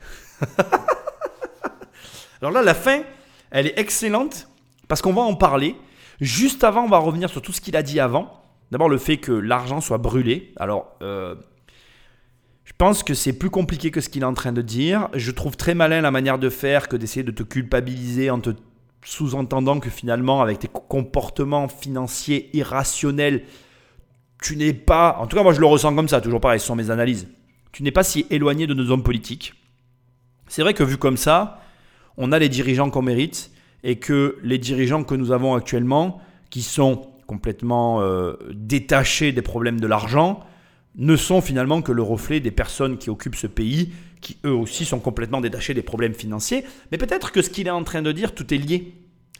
Alors là, la fin, elle est excellente parce qu'on va en parler. Juste avant, on va revenir sur tout ce qu'il a dit avant. D'abord, le fait que l'argent soit brûlé. Alors, euh, je pense que c'est plus compliqué que ce qu'il est en train de dire. Je trouve très malin la manière de faire que d'essayer de te culpabiliser en te sous-entendant que finalement, avec tes comportements financiers irrationnels, tu n'es pas, en tout cas moi je le ressens comme ça, toujours pareil, ce sont mes analyses, tu n'es pas si éloigné de nos hommes politiques. C'est vrai que vu comme ça, on a les dirigeants qu'on mérite et que les dirigeants que nous avons actuellement, qui sont complètement euh, détachés des problèmes de l'argent, ne sont finalement que le reflet des personnes qui occupent ce pays, qui eux aussi sont complètement détachés des problèmes financiers. Mais peut-être que ce qu'il est en train de dire, tout est lié.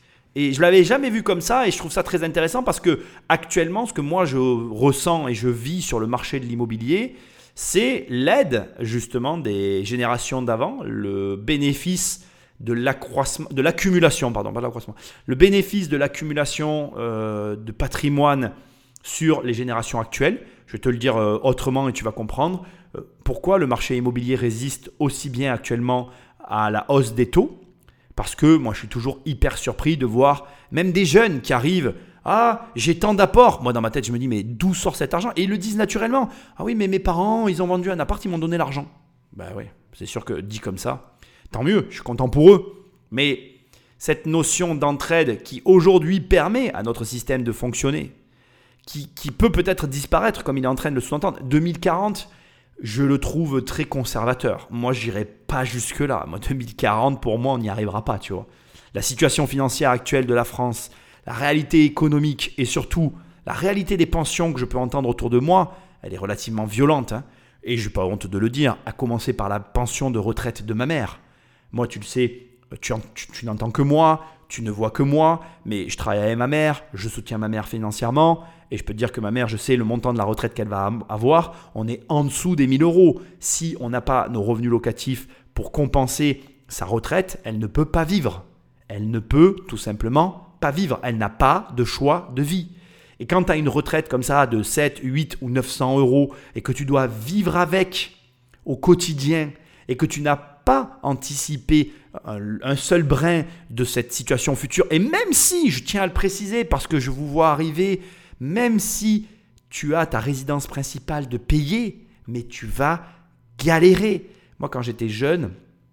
Et je ne l'avais jamais vu comme ça et je trouve ça très intéressant parce que actuellement, ce que moi je ressens et je vis sur le marché de l'immobilier, c'est l'aide justement des générations d'avant, le bénéfice de l'accroissement, de l'accumulation, pardon, pas de l'accroissement, le bénéfice de l'accumulation euh, de patrimoine sur les générations actuelles. Je vais te le dire euh, autrement et tu vas comprendre euh, pourquoi le marché immobilier résiste aussi bien actuellement à la hausse des taux. Parce que moi, je suis toujours hyper surpris de voir même des jeunes qui arrivent. Ah, j'ai tant d'apports. Moi, dans ma tête, je me dis, mais d'où sort cet argent ? Et ils le disent naturellement. Ah oui, mais mes parents, ils ont vendu un appart, ils m'ont donné l'argent. Ben oui, c'est sûr que dit comme ça, tant mieux, je suis content pour eux. Mais cette notion d'entraide qui aujourd'hui permet à notre système de fonctionner, qui, qui peut peut-être disparaître comme il est en train de le sous-entendre, deux mille quarante, je le trouve très conservateur. Moi, je n'irai pas jusque-là. Moi, deux mille quarante, pour moi, on n'y arrivera pas, tu vois. La situation financière actuelle de la France, la réalité économique et surtout la réalité des pensions que je peux entendre autour de moi, elle est relativement violente. Hein. Et je n'ai pas honte de le dire, à commencer par la pension de retraite de ma mère. Moi, tu le sais, tu, tu, tu n'entends que moi, tu ne vois que moi, mais je travaille avec ma mère, je soutiens ma mère financièrement. Et je peux te dire que ma mère, je sais le montant de la retraite qu'elle va avoir, on est en dessous des mille euros. Si on n'a pas nos revenus locatifs pour compenser sa retraite, elle ne peut pas vivre. Elle ne peut tout simplement pas vivre. Elle n'a pas de choix de vie. Et quand tu as une retraite comme ça de sept, huit ou neuf cents euros et que tu dois vivre avec au quotidien et que tu n'as pas anticipé un, un seul brin de cette situation future, et même si, je tiens à le préciser parce que je vous vois arriver, même si tu as ta résidence principale de payer, mais tu vas galérer. Moi, quand j'étais jeune,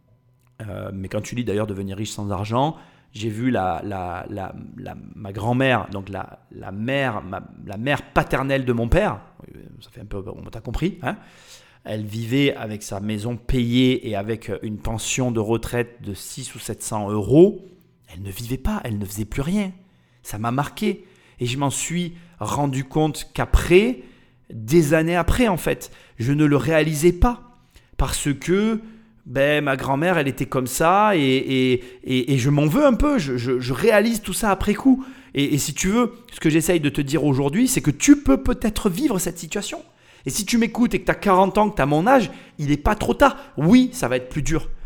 euh, mais quand tu lis d'ailleurs Devenir riche sans argent, j'ai vu la, la, la, la, ma grand-mère, donc la, la, mère, ma, la mère paternelle de mon père, ça fait un peu, on t'a compris, hein, elle vivait avec sa maison payée et avec une pension de retraite de six ou sept cents euros. Elle ne vivait pas, elle ne faisait plus rien. Ça m'a marqué. Et je m'en suis rendu compte qu'après, des années après en fait, je ne le réalisais pas. Parce que ben, ma grand-mère, elle était comme ça et, et, et, et je m'en veux un peu. Je, je, je réalise tout ça après coup. Et, et si tu veux, ce que j'essaye de te dire aujourd'hui, c'est que tu peux peut-être vivre cette situation. Et si tu m'écoutes et que tu as quarante ans, que tu as mon âge, il n'est pas trop tard. Oui, ça va être plus dur.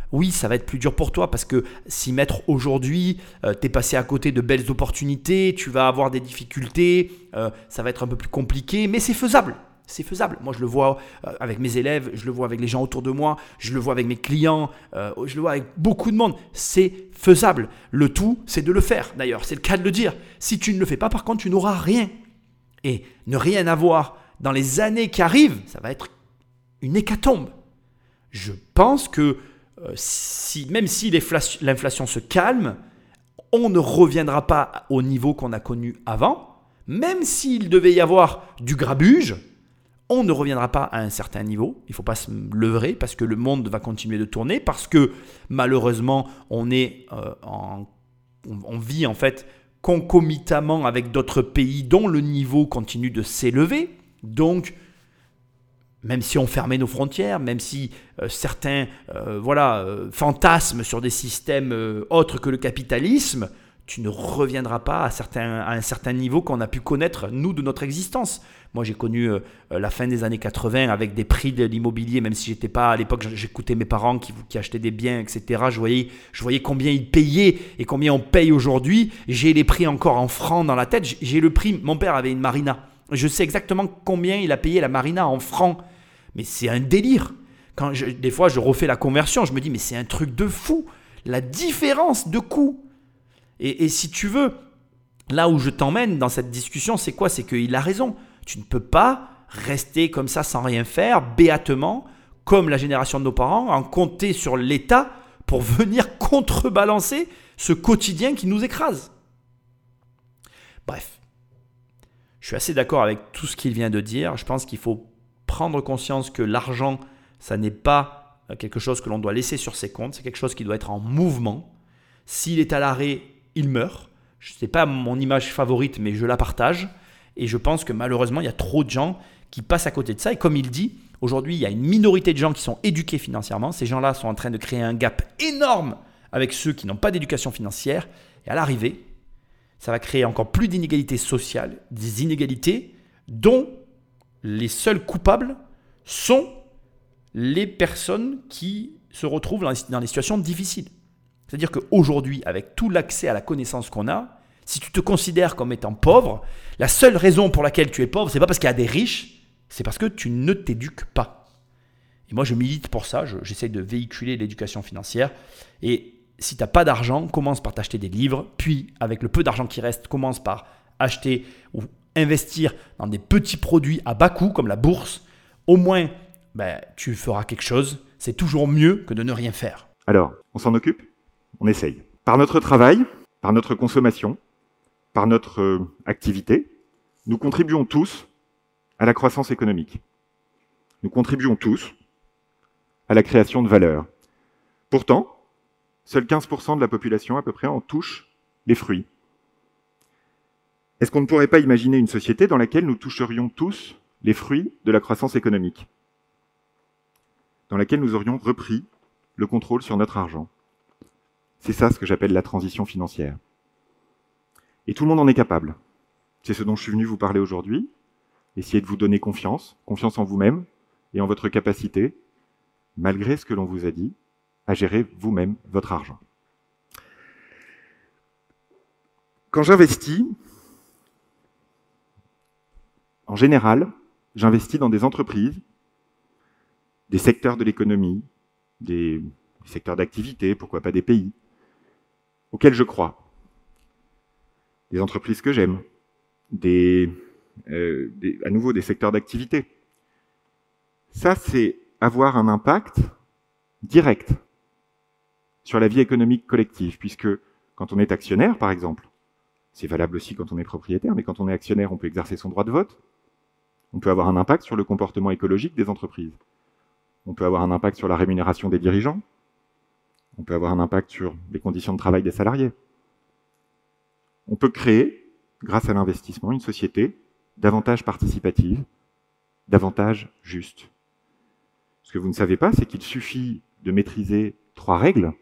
oui, ça va être plus dur pour toi parce que s'y mettre aujourd'hui, euh, tu es passé à côté de belles opportunités, tu vas avoir des difficultés, euh, ça va être un peu plus compliqué, mais c'est faisable. C'est faisable. Moi, je le vois euh, avec mes élèves, je le vois avec les gens autour de moi, je le vois avec mes clients, euh, je le vois avec beaucoup de monde. C'est faisable. Le tout, c'est de le faire. D'ailleurs, c'est le cas de le dire. Si tu ne le fais pas, par contre, tu n'auras rien. Et ne rien avoir dans les années qui arrivent, ça va être une hécatombe. Je pense que euh, si, même si l'inflation se calme, on ne reviendra pas au niveau qu'on a connu avant. Même s'il devait y avoir du grabuge, on ne reviendra pas à un certain niveau. Il ne faut pas se leurrer parce que le monde va continuer de tourner, parce que malheureusement, on, est, euh, en, on, on vit en fait concomitamment avec d'autres pays dont le niveau continue de s'élever. Donc, même si on fermait nos frontières, même si euh, certains euh, voilà, euh, fantasment sur des systèmes euh, autres que le capitalisme, tu ne reviendras pas à, certains, à un certain niveau qu'on a pu connaître, nous, de notre existence. Moi, j'ai connu euh, la fin des années quatre-vingts avec des prix de l'immobilier, même si j'étais pas à l'époque, j'écoutais mes parents qui, qui achetaient des biens, et cetera. Je voyais, je voyais combien ils payaient et combien on paye aujourd'hui. J'ai les prix encore en francs dans la tête. J'ai le prix, mon père avait une marina. Je sais exactement combien il a payé la marina en francs. Mais c'est un délire. Quand je, des fois, je refais la conversion, je me dis, mais c'est un truc de fou. La différence de coût. Et, et si tu veux, là où je t'emmène dans cette discussion, c'est quoi? C'est qu'il a raison. Tu ne peux pas rester comme ça sans rien faire, béatement, comme la génération de nos parents, en compter sur l'État pour venir contrebalancer ce quotidien qui nous écrase. Bref, je suis assez d'accord avec tout ce qu'il vient de dire. Je pense qu'il faut prendre conscience que l'argent, ça n'est pas quelque chose que l'on doit laisser sur ses comptes, c'est quelque chose qui doit être en mouvement. S'il est à l'arrêt, il meurt. Ce n'est pas mon image favorite, mais je la partage. Et je pense que malheureusement, il y a trop de gens qui passent à côté de ça. Et comme il dit, aujourd'hui, il y a une minorité de gens qui sont éduqués financièrement. Ces gens-là sont en train de créer un gap énorme avec ceux qui n'ont pas d'éducation financière. Et à l'arrivée, ça va créer encore plus d'inégalités sociales, des inégalités dont les seuls coupables sont les personnes qui se retrouvent dans des situations difficiles. C'est-à-dire qu'aujourd'hui, avec tout l'accès à la connaissance qu'on a, si tu te considères comme étant pauvre, la seule raison pour laquelle tu es pauvre, ce n'est pas parce qu'il y a des riches, c'est parce que tu ne t'éduques pas. Et moi, je milite pour ça, je, j'essaie de véhiculer l'éducation financière. Et si tu n'as pas d'argent, commence par t'acheter des livres, puis avec le peu d'argent qui reste, commence par acheter ou investir dans des petits produits à bas coût, comme la bourse. Au moins, ben, tu feras quelque chose. C'est toujours mieux que de ne rien faire. Alors, on s'en occupe? On essaye. Par notre travail, par notre consommation, par notre euh, activité, nous contribuons tous à la croissance économique. Nous contribuons tous à la création de valeur. Pourtant, seuls quinze pour cent de la population à peu près en touche les fruits. Est-ce qu'on ne pourrait pas imaginer une société dans laquelle nous toucherions tous les fruits de la croissance économique, dans laquelle nous aurions repris le contrôle sur notre argent? C'est ça ce que j'appelle la transition financière. Et tout le monde en est capable. C'est ce dont je suis venu vous parler aujourd'hui. Essayez de vous donner confiance, confiance en vous-même et en votre capacité, malgré ce que l'on vous a dit, à gérer vous-même votre argent. Quand j'investis, en général, j'investis dans des entreprises, des secteurs de l'économie, des secteurs d'activité, pourquoi pas des pays, auxquels je crois. Des entreprises que j'aime, des, euh, des, à nouveau des secteurs d'activité. Ça, c'est avoir un impact direct sur la vie économique collective, puisque quand on est actionnaire, par exemple, c'est valable aussi quand on est propriétaire, mais quand on est actionnaire, on peut exercer son droit de vote, on peut avoir un impact sur le comportement écologique des entreprises, on peut avoir un impact sur la rémunération des dirigeants, on peut avoir un impact sur les conditions de travail des salariés. On peut créer, grâce à l'investissement, une société davantage participative, davantage juste. Ce que vous ne savez pas, c'est qu'il suffit de maîtriser trois règles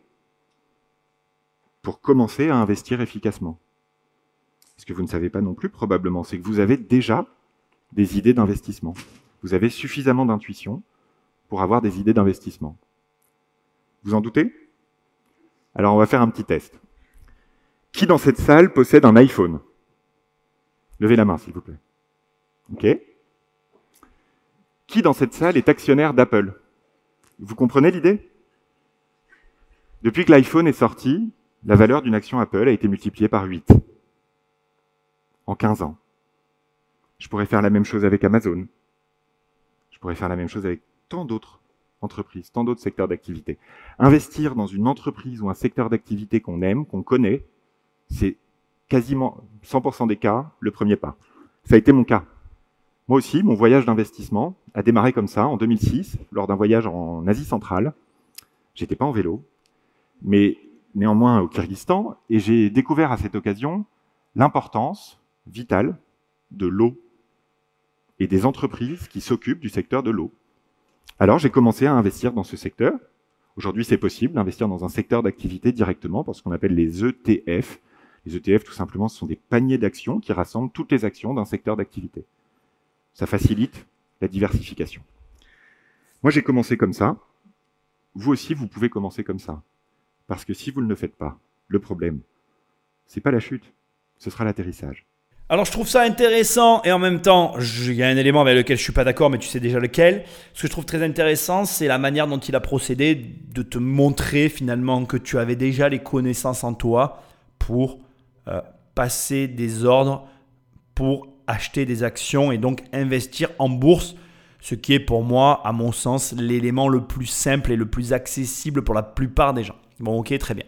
pour commencer à investir efficacement. Ce que vous ne savez pas non plus, probablement, c'est que vous avez déjà des idées d'investissement. Vous avez suffisamment d'intuition pour avoir des idées d'investissement. Vous en doutez ? Alors on va faire un petit test. Qui dans cette salle possède un iPhone? Levez la main, s'il vous plaît. OK. Qui dans cette salle est actionnaire d'Apple? Vous comprenez l'idée? Depuis que l'iPhone est sorti, la valeur d'une action Apple a été multipliée par huit. En quinze ans. Je pourrais faire la même chose avec Amazon. Je pourrais faire la même chose avec tant d'autres entreprises, tant d'autres secteurs d'activité. Investir dans une entreprise ou un secteur d'activité qu'on aime, qu'on connaît, c'est quasiment cent pour cent des cas le premier pas. Ça a été mon cas. Moi aussi, mon voyage d'investissement a démarré comme ça en deux mille six, lors d'un voyage en Asie centrale. J'étais pas en vélo, mais néanmoins au Kyrgyzstan, et j'ai découvert à cette occasion l'importance vitale de l'eau et des entreprises qui s'occupent du secteur de l'eau. Alors j'ai commencé à investir dans ce secteur. Aujourd'hui, c'est possible d'investir dans un secteur d'activité directement par ce qu'on appelle les E T F. Les E T F, tout simplement, ce sont des paniers d'actions qui rassemblent toutes les actions d'un secteur d'activité. Ça facilite la diversification. Moi, j'ai commencé comme ça. Vous aussi, vous pouvez commencer comme ça. Parce que si vous ne le faites pas, le problème, c'est pas la chute, ce sera l'atterrissage. Alors je trouve ça intéressant et en même temps, il y a un élément avec lequel je ne suis pas d'accord, mais tu sais déjà lequel. Ce que je trouve très intéressant, c'est la manière dont il a procédé de te montrer finalement que tu avais déjà les connaissances en toi pour euh, passer des ordres, pour acheter des actions et donc investir en bourse, ce qui est pour moi, à mon sens, l'élément le plus simple et le plus accessible pour la plupart des gens. Bon, ok, très bien.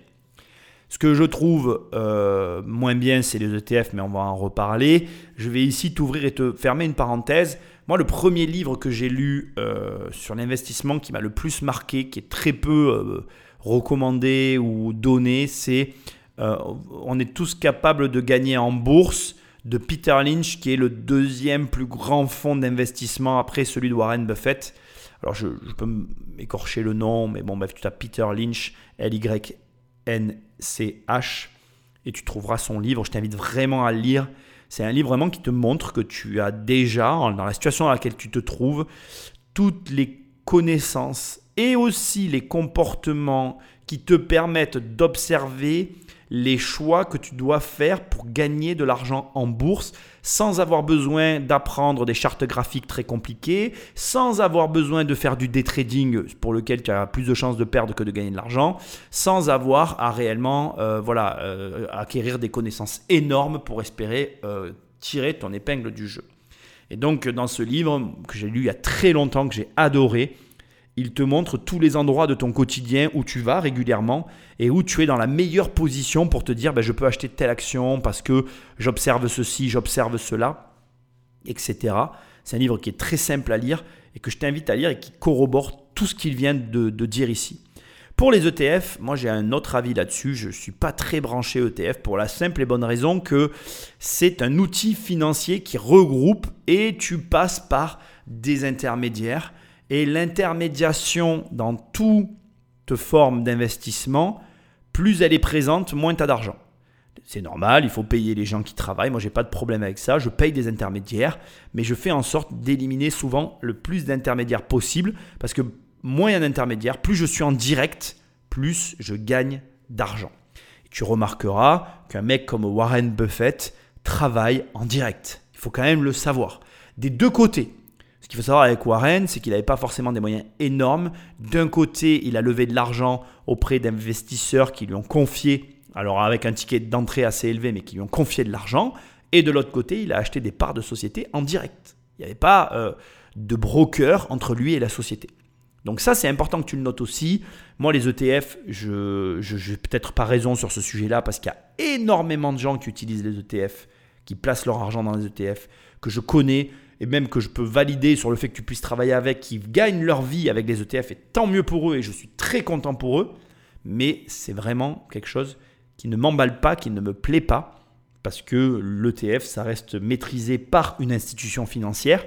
Ce que je trouve euh, moins bien, c'est les E T F, mais on va en reparler. Je vais ici t'ouvrir et te fermer une parenthèse. Moi, le premier livre que j'ai lu euh, sur l'investissement qui m'a le plus marqué, qui est très peu euh, recommandé ou donné, c'est euh, « On est tous capables de gagner en bourse » de Peter Lynch, qui est le deuxième plus grand fonds d'investissement après celui de Warren Buffett. Alors, je, je peux m'écorcher le nom, mais bon, bref, tu tapes Peter Lynch, L Y N C H, et tu trouveras son livre. Je t'invite vraiment à le lire. C'est un livre vraiment qui te montre que tu as déjà, dans la situation dans laquelle tu te trouves, toutes les connaissances et aussi les comportements qui te permettent d'observer les choix que tu dois faire pour gagner de l'argent en bourse sans avoir besoin d'apprendre des chartes graphiques très compliquées, sans avoir besoin de faire du day trading pour lequel tu as plus de chances de perdre que de gagner de l'argent, sans avoir à réellement euh, voilà, euh, acquérir des connaissances énormes pour espérer euh, tirer ton épingle du jeu. Et donc dans ce livre que j'ai lu il y a très longtemps, que j'ai adoré, il te montre tous les endroits de ton quotidien où tu vas régulièrement et où tu es dans la meilleure position pour te dire ben, je peux acheter telle action parce que j'observe ceci, j'observe cela, et cetera. C'est un livre qui est très simple à lire et que je t'invite à lire et qui corrobore tout ce qu'il vient de, de dire ici. Pour les E T F, moi j'ai un autre avis là-dessus. Je ne suis pas très branché E T F pour la simple et bonne raison que c'est un outil financier qui regroupe et tu passes par des intermédiaires. Et l'intermédiation dans toute forme d'investissement, plus elle est présente, moins tu as d'argent. C'est normal, il faut payer les gens qui travaillent. Moi, je n'ai pas de problème avec ça. Je paye des intermédiaires, mais je fais en sorte d'éliminer souvent le plus d'intermédiaires possible parce que moins il y a d'intermédiaires, plus je suis en direct, plus je gagne d'argent. Et tu remarqueras qu'un mec comme Warren Buffett travaille en direct. Il faut quand même le savoir. Des deux côtés. Ce qu'il faut savoir avec Warren, c'est qu'il n'avait pas forcément des moyens énormes. D'un côté, il a levé de l'argent auprès d'investisseurs qui lui ont confié, alors avec un ticket d'entrée assez élevé, mais qui lui ont confié de l'argent. Et de l'autre côté, il a acheté des parts de société en direct. Il n'y avait pas euh, de broker entre lui et la société. Donc ça, c'est important que tu le notes aussi. Moi, les E T F, je n'ai peut-être pas raison sur ce sujet-là parce qu'il y a énormément de gens qui utilisent les E T F, qui placent leur argent dans les E T F, que je connais et même que je peux valider sur le fait que tu puisses travailler avec, qui gagnent leur vie avec les E T F, et tant mieux pour eux, et je suis très content pour eux, mais c'est vraiment quelque chose qui ne m'emballe pas, qui ne me plaît pas, parce que l'E T F, ça reste maîtrisé par une institution financière,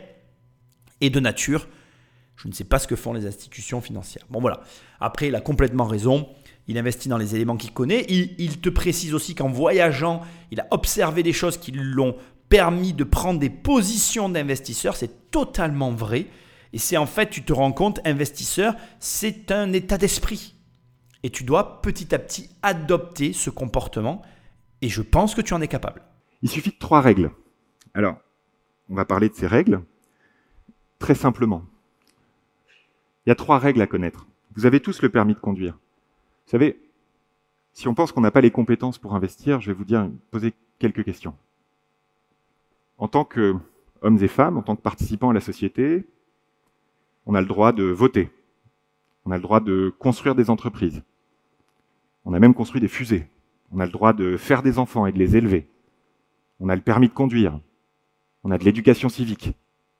et de nature, je ne sais pas ce que font les institutions financières. Bon voilà, après il a complètement raison, il investit dans les éléments qu'il connaît, il, il te précise aussi qu'en voyageant, il a observé des choses qui l'ont permis de prendre des positions d'investisseur, c'est totalement vrai. Et c'est en fait, tu te rends compte, investisseur, c'est un état d'esprit. Et tu dois petit à petit adopter ce comportement. Et je pense que tu en es capable. Il suffit de trois règles. Alors, on va parler de ces règles très simplement. Il y a trois règles à connaître. Vous avez tous le permis de conduire. Vous savez, si on pense qu'on n'a pas les compétences pour investir, je vais vous dire, poser quelques questions. En tant qu'hommes et femmes, en tant que participants à la société, on a le droit de voter. On a le droit de construire des entreprises. On a même construit des fusées. On a le droit de faire des enfants et de les élever. On a le permis de conduire. On a de l'éducation civique.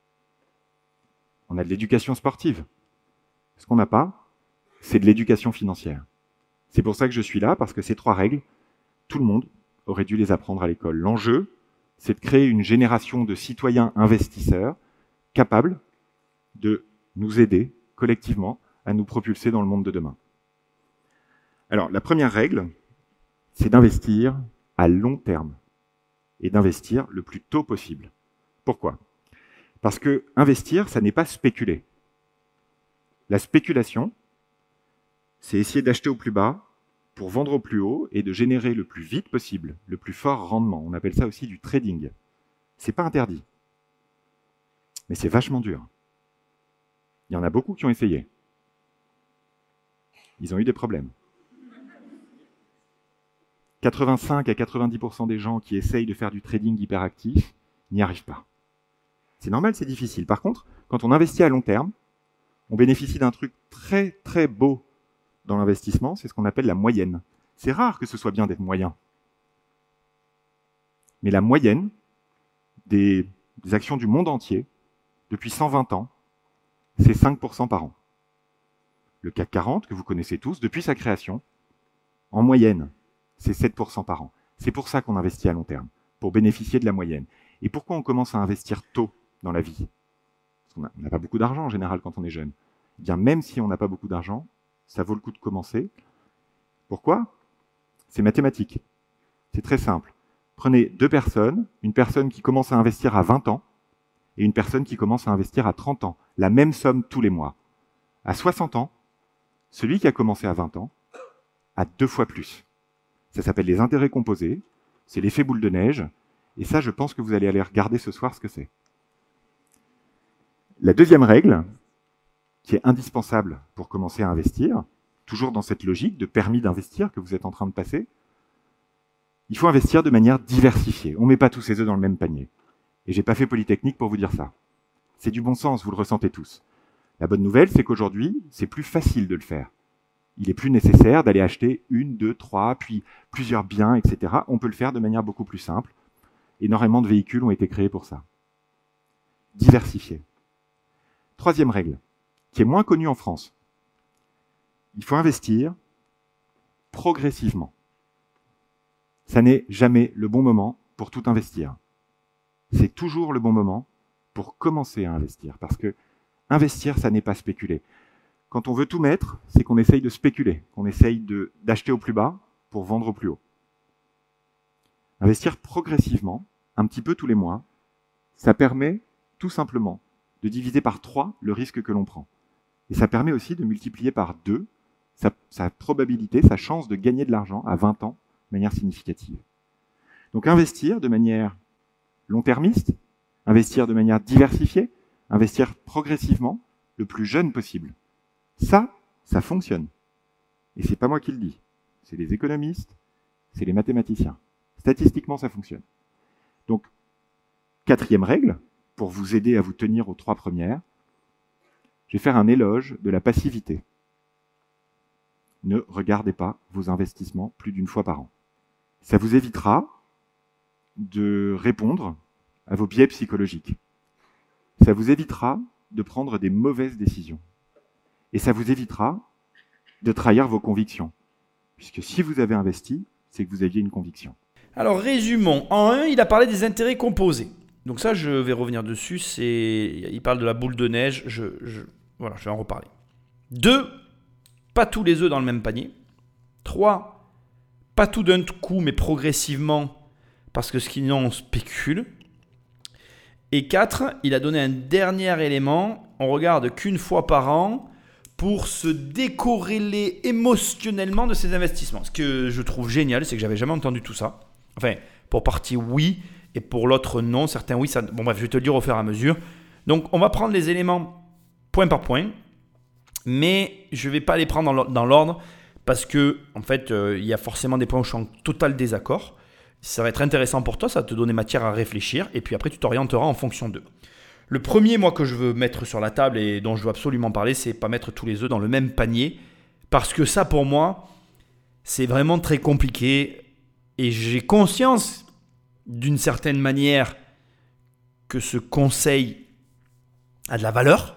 On a de l'éducation sportive. Ce qu'on n'a pas, c'est de l'éducation financière. C'est pour ça que je suis là, parce que ces trois règles, tout le monde aurait dû les apprendre à l'école. L'enjeu, c'est de créer une génération de citoyens investisseurs capables de nous aider collectivement à nous propulser dans le monde de demain. Alors, la première règle, c'est d'investir à long terme et d'investir le plus tôt possible. Pourquoi ? Parce que investir, ça n'est pas spéculer. La spéculation, c'est essayer d'acheter au plus bas pour vendre au plus haut et de générer le plus vite possible, le plus fort rendement. On appelle ça aussi du trading. C'est pas interdit. Mais c'est vachement dur. Il y en a beaucoup qui ont essayé. Ils ont eu des problèmes. quatre-vingt-cinq à quatre-vingt-dix pour cent des gens qui essayent de faire du trading hyperactif n'y arrivent pas. C'est normal, c'est difficile. Par contre, quand on investit à long terme, on bénéficie d'un truc très très beau dans l'investissement, c'est ce qu'on appelle la moyenne. C'est rare que ce soit bien d'être moyen. Mais la moyenne des, des actions du monde entier, depuis cent vingt ans, c'est cinq pour cent par an. Le C A C quarante, que vous connaissez tous, depuis sa création, en moyenne, c'est sept pour cent par an. C'est pour ça qu'on investit à long terme, pour bénéficier de la moyenne. Et pourquoi on commence à investir tôt dans la vie ? Parce qu'on n'a pas beaucoup d'argent en général quand on est jeune. Eh bien, même si on n'a pas beaucoup d'argent, ça vaut le coup de commencer. Pourquoi ? C'est mathématique. C'est très simple. Prenez deux personnes, une personne qui commence à investir à vingt ans et une personne qui commence à investir à trente ans. La même somme tous les mois. À soixante ans, celui qui a commencé à vingt ans a deux fois plus. Ça s'appelle les intérêts composés, c'est l'effet boule de neige, et ça, je pense que vous allez aller regarder ce soir ce que c'est. La deuxième règle, qui est indispensable pour commencer à investir, toujours dans cette logique de permis d'investir que vous êtes en train de passer, il faut investir de manière diversifiée. On ne met pas tous ses œufs dans le même panier. Et j'ai pas fait Polytechnique pour vous dire ça. C'est du bon sens, vous le ressentez tous. La bonne nouvelle, c'est qu'aujourd'hui, c'est plus facile de le faire. Il est plus nécessaire d'aller acheter une, deux, trois, puis plusieurs biens, et cetera. On peut le faire de manière beaucoup plus simple. Énormément de véhicules ont été créés pour ça. Diversifier. Troisième règle, qui est moins connue en France. Il faut investir progressivement. Ça n'est jamais le bon moment pour tout investir. C'est toujours le bon moment pour commencer à investir. Parce que investir, ça n'est pas spéculer. Quand on veut tout mettre, c'est qu'on essaye de spéculer, qu'on essaye de, d'acheter au plus bas pour vendre au plus haut. Investir progressivement, un petit peu tous les mois, ça permet tout simplement de diviser par trois le risque que l'on prend. Et ça permet aussi de multiplier par deux sa, sa probabilité, sa chance de gagner de l'argent à vingt ans de manière significative. Donc investir de manière long-termiste, investir de manière diversifiée, investir progressivement, le plus jeune possible. Ça, ça fonctionne. Et c'est pas moi qui le dis. C'est les économistes, c'est les mathématiciens. Statistiquement, ça fonctionne. Donc, quatrième règle, pour vous aider à vous tenir aux trois premières, je vais faire un éloge de la passivité. Ne regardez pas vos investissements plus d'une fois par an. Ça vous évitera de répondre à vos biais psychologiques. Ça vous évitera de prendre des mauvaises décisions. Et ça vous évitera de trahir vos convictions. Puisque si vous avez investi, c'est que vous aviez une conviction. Alors résumons. En un, il a parlé des intérêts composés. Donc ça, je vais revenir dessus. C'est, il parle de la boule de neige. Je, je, voilà, je vais en reparler. Deux, pas tous les œufs dans le même panier. Trois, pas tout d'un coup, mais progressivement, parce que sinon on spécule. Et quatre, il a donné un dernier élément. On regarde qu'une fois par an pour se décorréler émotionnellement de ses investissements. Ce que je trouve génial, c'est que j'avais jamais entendu tout ça. Enfin, pour partie oui, et pour l'autre non. Certains oui, ça... Bon bref, je vais te le dire au fur et à mesure. Donc, on va prendre les éléments point par point, mais je ne vais pas les prendre dans l'ordre parce que, en fait, euh, il y a forcément des points où je suis en total désaccord. Ça va être intéressant pour toi, ça va te donner matière à réfléchir, et puis après, tu t'orienteras en fonction d'eux. Le premier, moi, que je veux mettre sur la table et dont je veux absolument parler, c'est pas mettre tous les œufs dans le même panier, parce que ça, pour moi, c'est vraiment très compliqué, et j'ai conscience, d'une certaine manière, que ce conseil a de la valeur.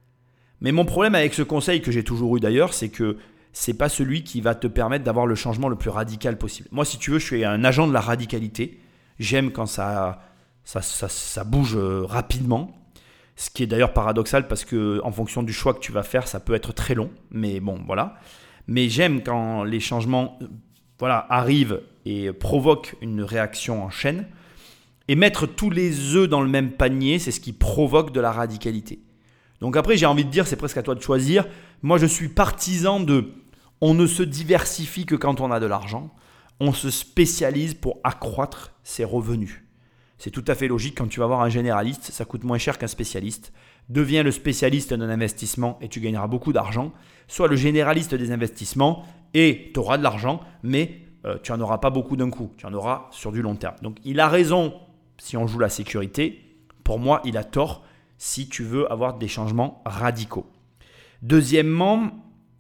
Mais mon problème avec ce conseil, que j'ai toujours eu d'ailleurs, c'est que c'est pas celui qui va te permettre d'avoir le changement le plus radical possible. Moi, si tu veux, je suis un agent de la radicalité. J'aime quand ça, ça, ça, ça bouge rapidement. Ce qui est d'ailleurs paradoxal parce que en fonction du choix que tu vas faire, ça peut être très long. Mais bon, voilà. Mais j'aime quand les changements voilà, arrivent et provoquent une réaction en chaîne. Et mettre tous les œufs dans le même panier, c'est ce qui provoque de la radicalité. Donc après, j'ai envie de dire, c'est presque à toi de choisir. Moi, je suis partisan de « on ne se diversifie que quand on a de l'argent, on se spécialise pour accroître ses revenus ». C'est tout à fait logique. Quand tu vas voir un généraliste, ça coûte moins cher qu'un spécialiste. Deviens le spécialiste d'un investissement et tu gagneras beaucoup d'argent. Sois le généraliste des investissements et tu auras de l'argent, mais euh, tu n'en auras pas beaucoup d'un coup. Tu en auras sur du long terme. Donc, il a raison si on joue la sécurité. Pour moi, il a tort si tu veux avoir des changements radicaux. Deuxièmement,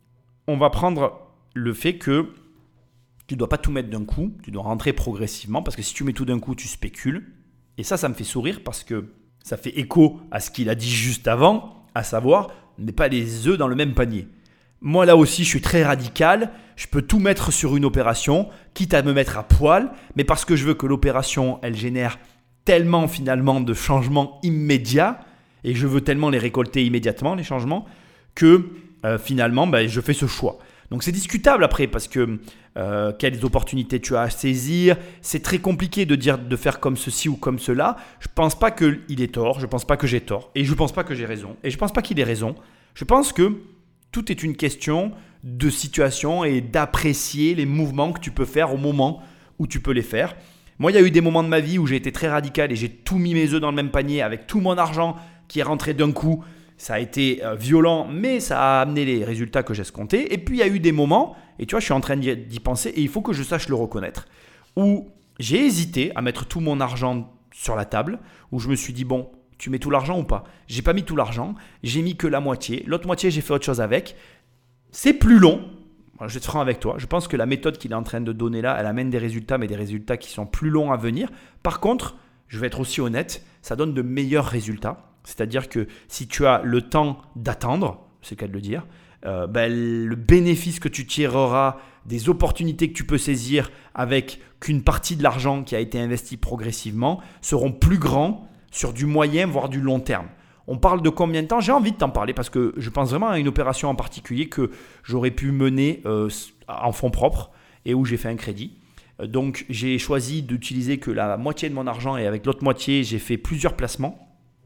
on va prendre le fait que tu ne dois pas tout mettre d'un coup, tu dois rentrer progressivement parce que si tu mets tout d'un coup, tu spécules. Et ça, ça me fait sourire parce que ça fait écho à ce qu'il a dit juste avant, à savoir, ne mets pas les œufs dans le même panier. Moi, là aussi, je suis très radical. Je peux tout mettre sur une opération, quitte à me mettre à poil, mais parce que je veux que l'opération, elle génère tellement finalement de changements immédiats et je veux tellement les récolter immédiatement, les changements, que euh, finalement, ben, je fais ce choix. Donc, c'est discutable après parce que euh, quelles opportunités tu as à saisir. C'est très compliqué de dire de faire comme ceci ou comme cela. Je ne pense pas qu'il ait tort, je ne pense pas que j'ai tort et je ne pense pas que j'ai raison et je ne pense pas qu'il ait raison. Je pense que tout est une question de situation et d'apprécier les mouvements que tu peux faire au moment où tu peux les faire. Moi, il y a eu des moments de ma vie où j'ai été très radical et j'ai tout mis mes œufs dans le même panier avec tout mon argent qui est rentré d'un coup. Ça a été violent, mais ça a amené les résultats que j'escomptais. Et puis, il y a eu des moments, et tu vois, je suis en train d'y penser et il faut que je sache le reconnaître, où j'ai hésité à mettre tout mon argent sur la table, où je me suis dit, bon, tu mets tout l'argent ou pas ? J'ai pas mis tout l'argent, j'ai mis que la moitié. L'autre moitié, j'ai fait autre chose avec. C'est plus long. Je vais être franc avec toi. Je pense que la méthode qu'il est en train de donner là, elle amène des résultats, mais des résultats qui sont plus longs à venir. Par contre, je vais être aussi honnête, ça donne de meilleurs résultats. C'est-à-dire que si tu as le temps d'attendre, c'est le cas de le dire, euh, ben, le bénéfice que tu tireras des opportunités que tu peux saisir avec qu'une partie de l'argent qui a été investi progressivement seront plus grands sur du moyen, voire du long terme. On parle de combien de temps ? J'ai envie de t'en parler parce que je pense vraiment à une opération en particulier que j'aurais pu mener euh, en fonds propres et où j'ai fait un crédit. Donc, j'ai choisi d'utiliser que la moitié de mon argent et avec l'autre moitié, j'ai fait plusieurs placements.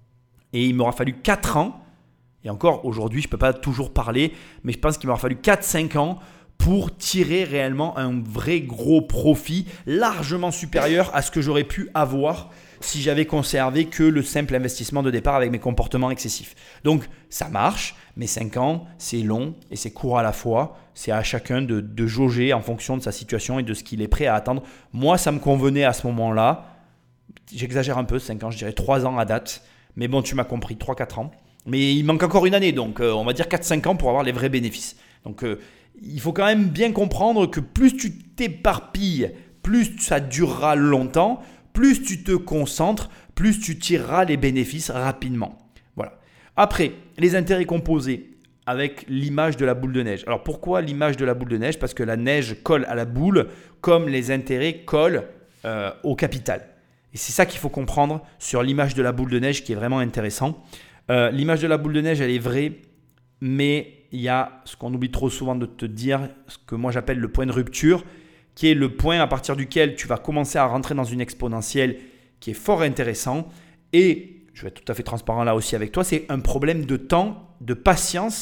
Et il m'aura fallu quatre ans, et encore aujourd'hui, je ne peux pas toujours parler, mais je pense qu'il m'aura fallu quatre à cinq ans pour tirer réellement un vrai gros profit largement supérieur à ce que j'aurais pu avoir si j'avais conservé que le simple investissement de départ avec mes comportements excessifs. Donc, ça marche, mais cinq ans, c'est long et c'est court à la fois. C'est à chacun de, de jauger en fonction de sa situation et de ce qu'il est prêt à attendre. Moi, ça me convenait à ce moment-là. J'exagère un peu, cinq ans, je dirais trois ans à date. Mais bon, tu m'as compris, trois à quatre ans. Mais il manque encore une année, donc euh, on va dire quatre à cinq ans pour avoir les vrais bénéfices. Donc, euh, il faut quand même bien comprendre que plus tu t'éparpilles, plus ça durera longtemps, plus tu te concentres, plus tu tireras les bénéfices rapidement. Voilà. Après, les intérêts composés avec l'image de la boule de neige. Alors, pourquoi l'image de la boule de neige ? Parce que la neige colle à la boule comme les intérêts collent euh, au capital. Et c'est ça qu'il faut comprendre sur l'image de la boule de neige qui est vraiment intéressant. Euh, l'image de la boule de neige, elle est vraie, mais il y a ce qu'on oublie trop souvent de te dire, ce que moi j'appelle le point de rupture, qui est le point à partir duquel tu vas commencer à rentrer dans une exponentielle qui est fort intéressant. Et je vais être tout à fait transparent là aussi avec toi, c'est un problème de temps, de patience,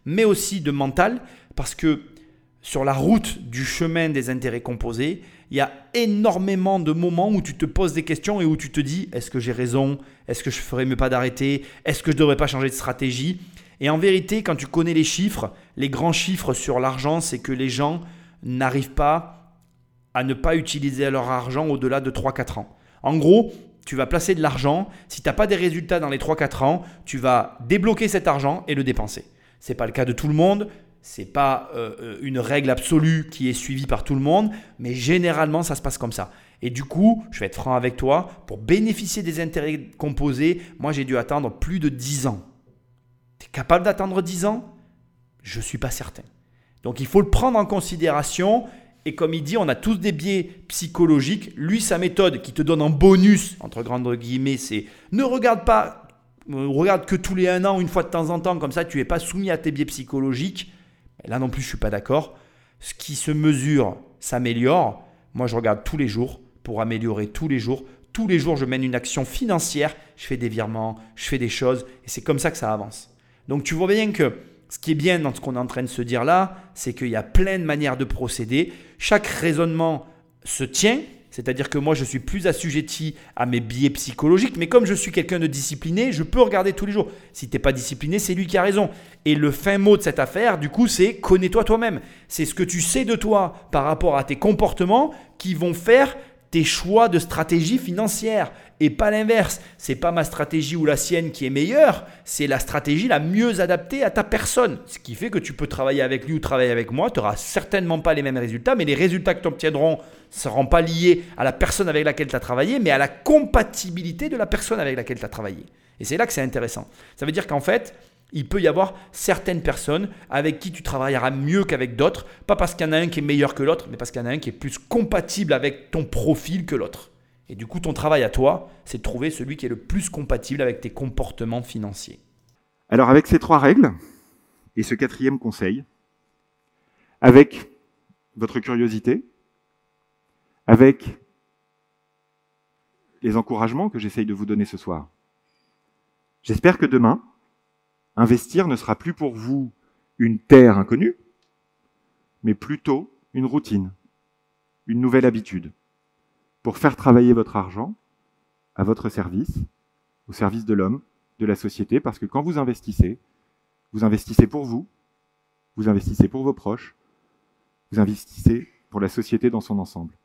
mais aussi de mental, parce que sur la route du chemin des intérêts composés, il y a énormément de moments où tu te poses des questions et où tu te dis « Est-ce que j'ai raison ? Est-ce que je ferais mieux pas d'arrêter ? Est-ce que je ne devrais pas changer de stratégie ?» Et en vérité, quand tu connais les chiffres, les grands chiffres sur l'argent, c'est que les gens n'arrivent pas à ne pas utiliser leur argent au-delà de trois à quatre ans. En gros, tu vas placer de l'argent. Si tu n'as pas des résultats dans les trois à quatre ans, tu vas débloquer cet argent et le dépenser. Ce n'est pas le cas de tout le monde. Ce n'est pas euh, une règle absolue qui est suivie par tout le monde, mais généralement, ça se passe comme ça. Et du coup, je vais être franc avec toi, pour bénéficier des intérêts composés, moi, j'ai dû attendre plus de dix ans. Tu es capable d'attendre dix ans ? Je ne suis pas certain. Donc, il faut le prendre en considération. Et comme il dit, on a tous des biais psychologiques. Lui, sa méthode qui te donne en bonus, entre grandes guillemets, c'est ne regarde pas, regarde que tous les un an, une fois de temps en temps, comme ça, tu n'es pas soumis à tes biais psychologiques. Là non plus, je ne suis pas d'accord. Ce qui se mesure s'améliore. Moi, je regarde tous les jours pour améliorer tous les jours. Tous les jours, je mène une action financière. Je fais des virements, je fais des choses et c'est comme ça que ça avance. Donc, tu vois bien que ce qui est bien dans ce qu'on est en train de se dire là, c'est qu'il y a plein de manières de procéder. Chaque raisonnement se tient. C'est-à-dire que moi, je suis plus assujetti à mes biais psychologiques. Mais comme je suis quelqu'un de discipliné, je peux regarder tous les jours. Si tu n'es pas discipliné, c'est lui qui a raison. Et le fin mot de cette affaire, du coup, c'est connais-toi toi-même. C'est ce que tu sais de toi par rapport à tes comportements qui vont faire tes choix de stratégie financière. Et pas l'inverse. Ce n'est pas ma stratégie ou la sienne qui est meilleure. C'est la stratégie la mieux adaptée à ta personne. Ce qui fait que tu peux travailler avec lui ou travailler avec moi. Tu n'auras certainement pas les mêmes résultats. Mais les résultats que tu obtiendrons ne seront pas liés à la personne avec laquelle tu as travaillé, mais à la compatibilité de la personne avec laquelle tu as travaillé. Et c'est là que c'est intéressant. Ça veut dire qu'en fait, il peut y avoir certaines personnes avec qui tu travailleras mieux qu'avec d'autres. Pas parce qu'il y en a un qui est meilleur que l'autre, mais parce qu'il y en a un qui est plus compatible avec ton profil que l'autre. Et du coup, ton travail à toi, c'est de trouver celui qui est le plus compatible avec tes comportements financiers. Alors avec ces trois règles et ce quatrième conseil, avec votre curiosité, avec les encouragements que j'essaye de vous donner ce soir, j'espère que demain, investir ne sera plus pour vous une terre inconnue, mais plutôt une routine, une nouvelle habitude, pour faire travailler votre argent à votre service, au service de l'homme, de la société, parce que quand vous investissez, vous investissez pour vous, vous investissez pour vos proches, vous investissez pour la société dans son ensemble.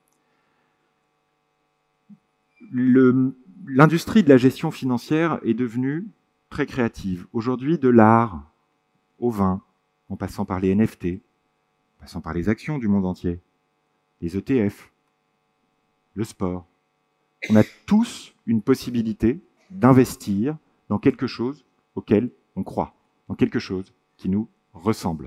Le, l'industrie de la gestion financière est devenue très créative. Aujourd'hui, de l'art au vin, en passant par les N F T, en passant par les actions du monde entier, les E T F, le sport. On a tous une possibilité d'investir dans quelque chose auquel on croit, dans quelque chose qui nous ressemble.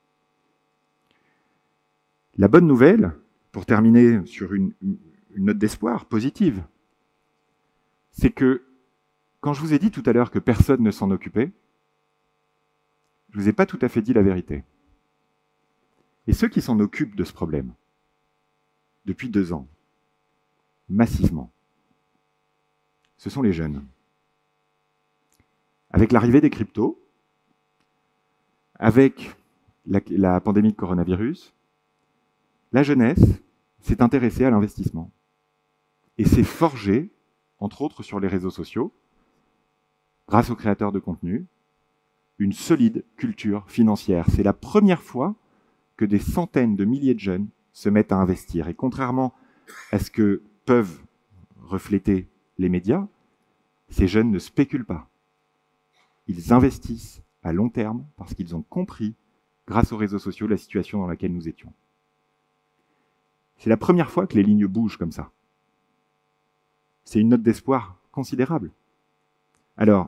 La bonne nouvelle, pour terminer sur une, une note d'espoir positive, c'est que quand je vous ai dit tout à l'heure que personne ne s'en occupait, je ne vous ai pas tout à fait dit la vérité. Et ceux qui s'en occupent de ce problème, depuis deux ans, massivement, ce sont les jeunes. Avec l'arrivée des cryptos, avec la, la pandémie de coronavirus, la jeunesse s'est intéressée à l'investissement et s'est forgée, entre autres sur les réseaux sociaux, grâce aux créateurs de contenu, une solide culture financière. C'est la première fois que des centaines de milliers de jeunes se mettent à investir. Et contrairement à ce que peuvent refléter les médias, ces jeunes ne spéculent pas. Ils investissent à long terme parce qu'ils ont compris, grâce aux réseaux sociaux, la situation dans laquelle nous étions. C'est la première fois que les lignes bougent comme ça. C'est une note d'espoir considérable. Alors,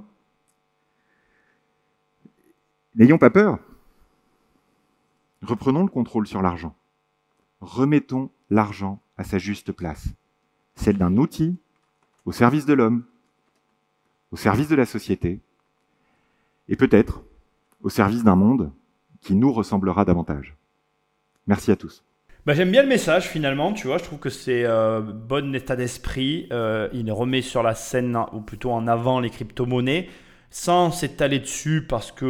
n'ayons pas peur. Reprenons le contrôle sur l'argent. Remettons l'argent à sa juste place. Celle d'un outil au service de l'homme, au service de la société, et peut-être au service d'un monde qui nous ressemblera davantage. Merci à tous. Bah, j'aime bien le message finalement, tu vois, je trouve que c'est euh, bon état d'esprit. Euh, il remet sur la scène, ou plutôt en avant, les crypto-monnaies, sans s'étaler dessus parce que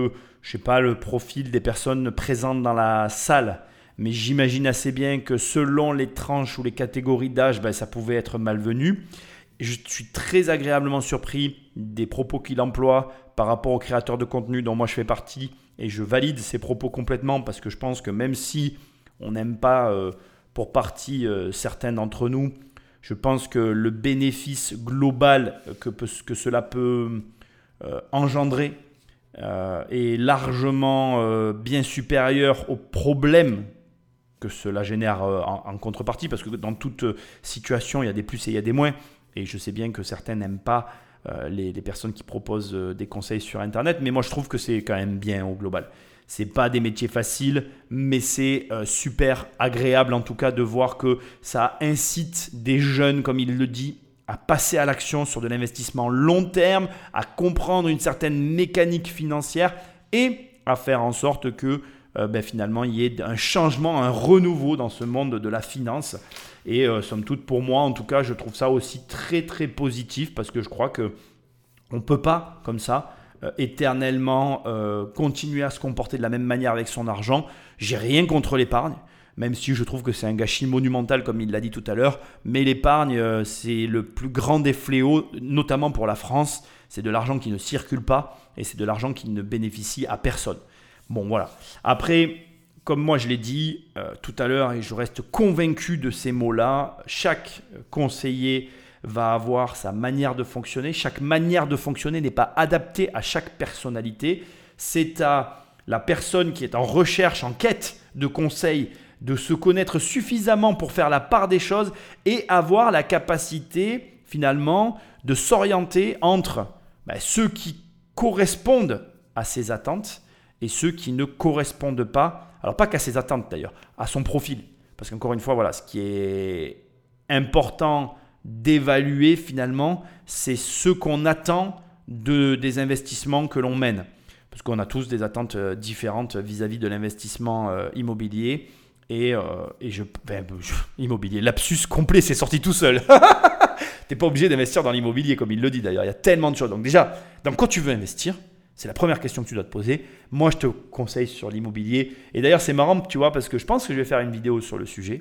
je sais pas le profil des personnes présentes dans la salle, mais j'imagine assez bien que selon les tranches ou les catégories d'âge, ben, ça pouvait être malvenu. Je suis très agréablement surpris des propos qu'il emploie par rapport aux créateurs de contenu dont moi je fais partie, et je valide ces propos complètement parce que je pense que même si on n'aime pas euh, pour partie euh, certains d'entre nous, je pense que le bénéfice global que, peut, que cela peut euh, engendrer euh, est largement euh, bien supérieur aux problèmes que cela génère euh, en, en contrepartie, parce que dans toute situation, il y a des plus et il y a des moins. Et je sais bien que certains n'aiment pas euh, les, les personnes qui proposent euh, des conseils sur Internet, mais moi je trouve que c'est quand même bien au global. Ce n'est pas des métiers faciles, mais c'est euh, super agréable en tout cas de voir que ça incite des jeunes, comme il le dit, à passer à l'action sur de l'investissement long terme, à comprendre une certaine mécanique financière et à faire en sorte que euh, ben, finalement il y ait un changement, un renouveau dans ce monde de la finance. Et euh, somme toute, pour moi, en tout cas, je trouve ça aussi très très positif parce que je crois qu'on ne peut pas, comme ça, euh, éternellement euh, continuer à se comporter de la même manière avec son argent. J'ai rien contre l'épargne, même si je trouve que c'est un gâchis monumental, comme il l'a dit tout à l'heure. Mais l'épargne, euh, c'est le plus grand des fléaux, notamment pour la France. C'est de l'argent qui ne circule pas et c'est de l'argent qui ne bénéficie à personne. Bon, voilà. Après, comme moi je l'ai dit euh, tout à l'heure et je reste convaincu de ces mots-là, chaque conseiller va avoir sa manière de fonctionner. Chaque manière de fonctionner n'est pas adaptée à chaque personnalité. C'est à la personne qui est en recherche, en quête de conseils, de se connaître suffisamment pour faire la part des choses et avoir la capacité finalement de s'orienter entre ben, ceux qui correspondent à ses attentes et ceux qui ne correspondent pas. Alors pas qu'à ses attentes d'ailleurs, à son profil. Parce qu'encore une fois, voilà, ce qui est important d'évaluer finalement, c'est ce qu'on attend de, des investissements que l'on mène. Parce qu'on a tous des attentes différentes vis-à-vis de l'investissement euh, immobilier. Et, euh, et je, ben, je... Immobilier, lapsus complet, c'est sorti tout seul. Tu n'es pas obligé d'investir dans l'immobilier comme il le dit d'ailleurs. Il y a tellement de choses. Donc déjà, donc quand tu veux investir, c'est la première question que tu dois te poser. Moi, je te conseille sur l'immobilier. Et d'ailleurs, c'est marrant, tu vois, parce que je pense que je vais faire une vidéo sur le sujet.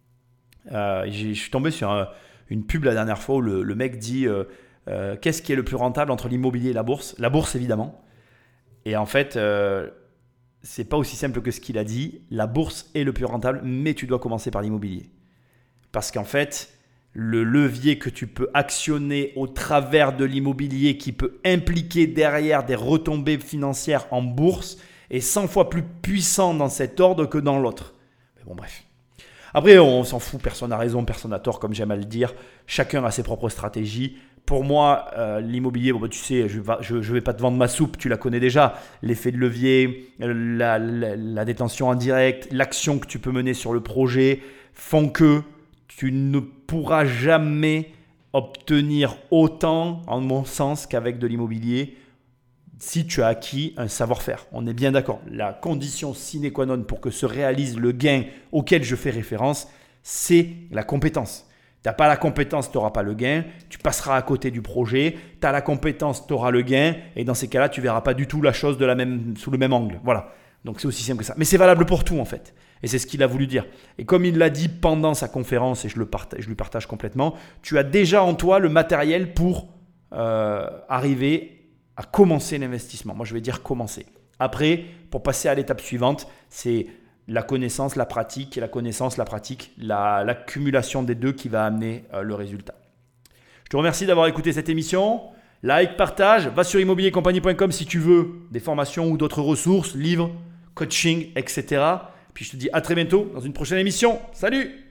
Euh, je suis tombé sur un, une pub la dernière fois où le, le mec dit euh, euh, qu'est-ce qui est le plus rentable entre l'immobilier et la bourse ? La bourse, évidemment. Et en fait, euh, c'est pas aussi simple que ce qu'il a dit. La bourse est le plus rentable, mais tu dois commencer par l'immobilier. Parce qu'en fait, le levier que tu peux actionner au travers de l'immobilier qui peut impliquer derrière des retombées financières en bourse est cent fois plus puissant dans cet ordre que dans l'autre. Mais bon, bref. Après, on s'en fout, personne n'a raison, personne n'a tort, comme j'aime à le dire. Chacun a ses propres stratégies. Pour moi, euh, l'immobilier, bon, bah, tu sais, je ne vais pas te vendre ma soupe, tu la connais déjà. L'effet de levier, la, la, la détention indirecte, l'action que tu peux mener sur le projet font que tu ne pourras jamais obtenir autant, en mon sens, qu'avec de l'immobilier si tu as acquis un savoir-faire. On est bien d'accord. La condition sine qua non pour que se réalise le gain auquel je fais référence, c'est la compétence. Tu n'as pas la compétence, tu n'auras pas le gain. Tu passeras à côté du projet. Tu as la compétence, tu auras le gain. Et dans ces cas-là, tu ne verras pas du tout la chose de la même, sous le même angle. Voilà. Donc, c'est aussi simple que ça. Mais c'est valable pour tout, en fait. Et c'est ce qu'il a voulu dire. Et comme il l'a dit pendant sa conférence, et je, le partage, je lui partage complètement, tu as déjà en toi le matériel pour euh, arriver à commencer l'investissement. Moi, je vais dire commencer. Après, pour passer à l'étape suivante, c'est la connaissance, la pratique, et la connaissance, la pratique, la, l'accumulation des deux qui va amener euh, le résultat. Je te remercie d'avoir écouté cette émission. Like, partage, va sur immobilier compagnie point com si tu veux des formations ou d'autres ressources, livres, coaching, et cetera. Puis je te dis à très bientôt dans une prochaine émission. Salut!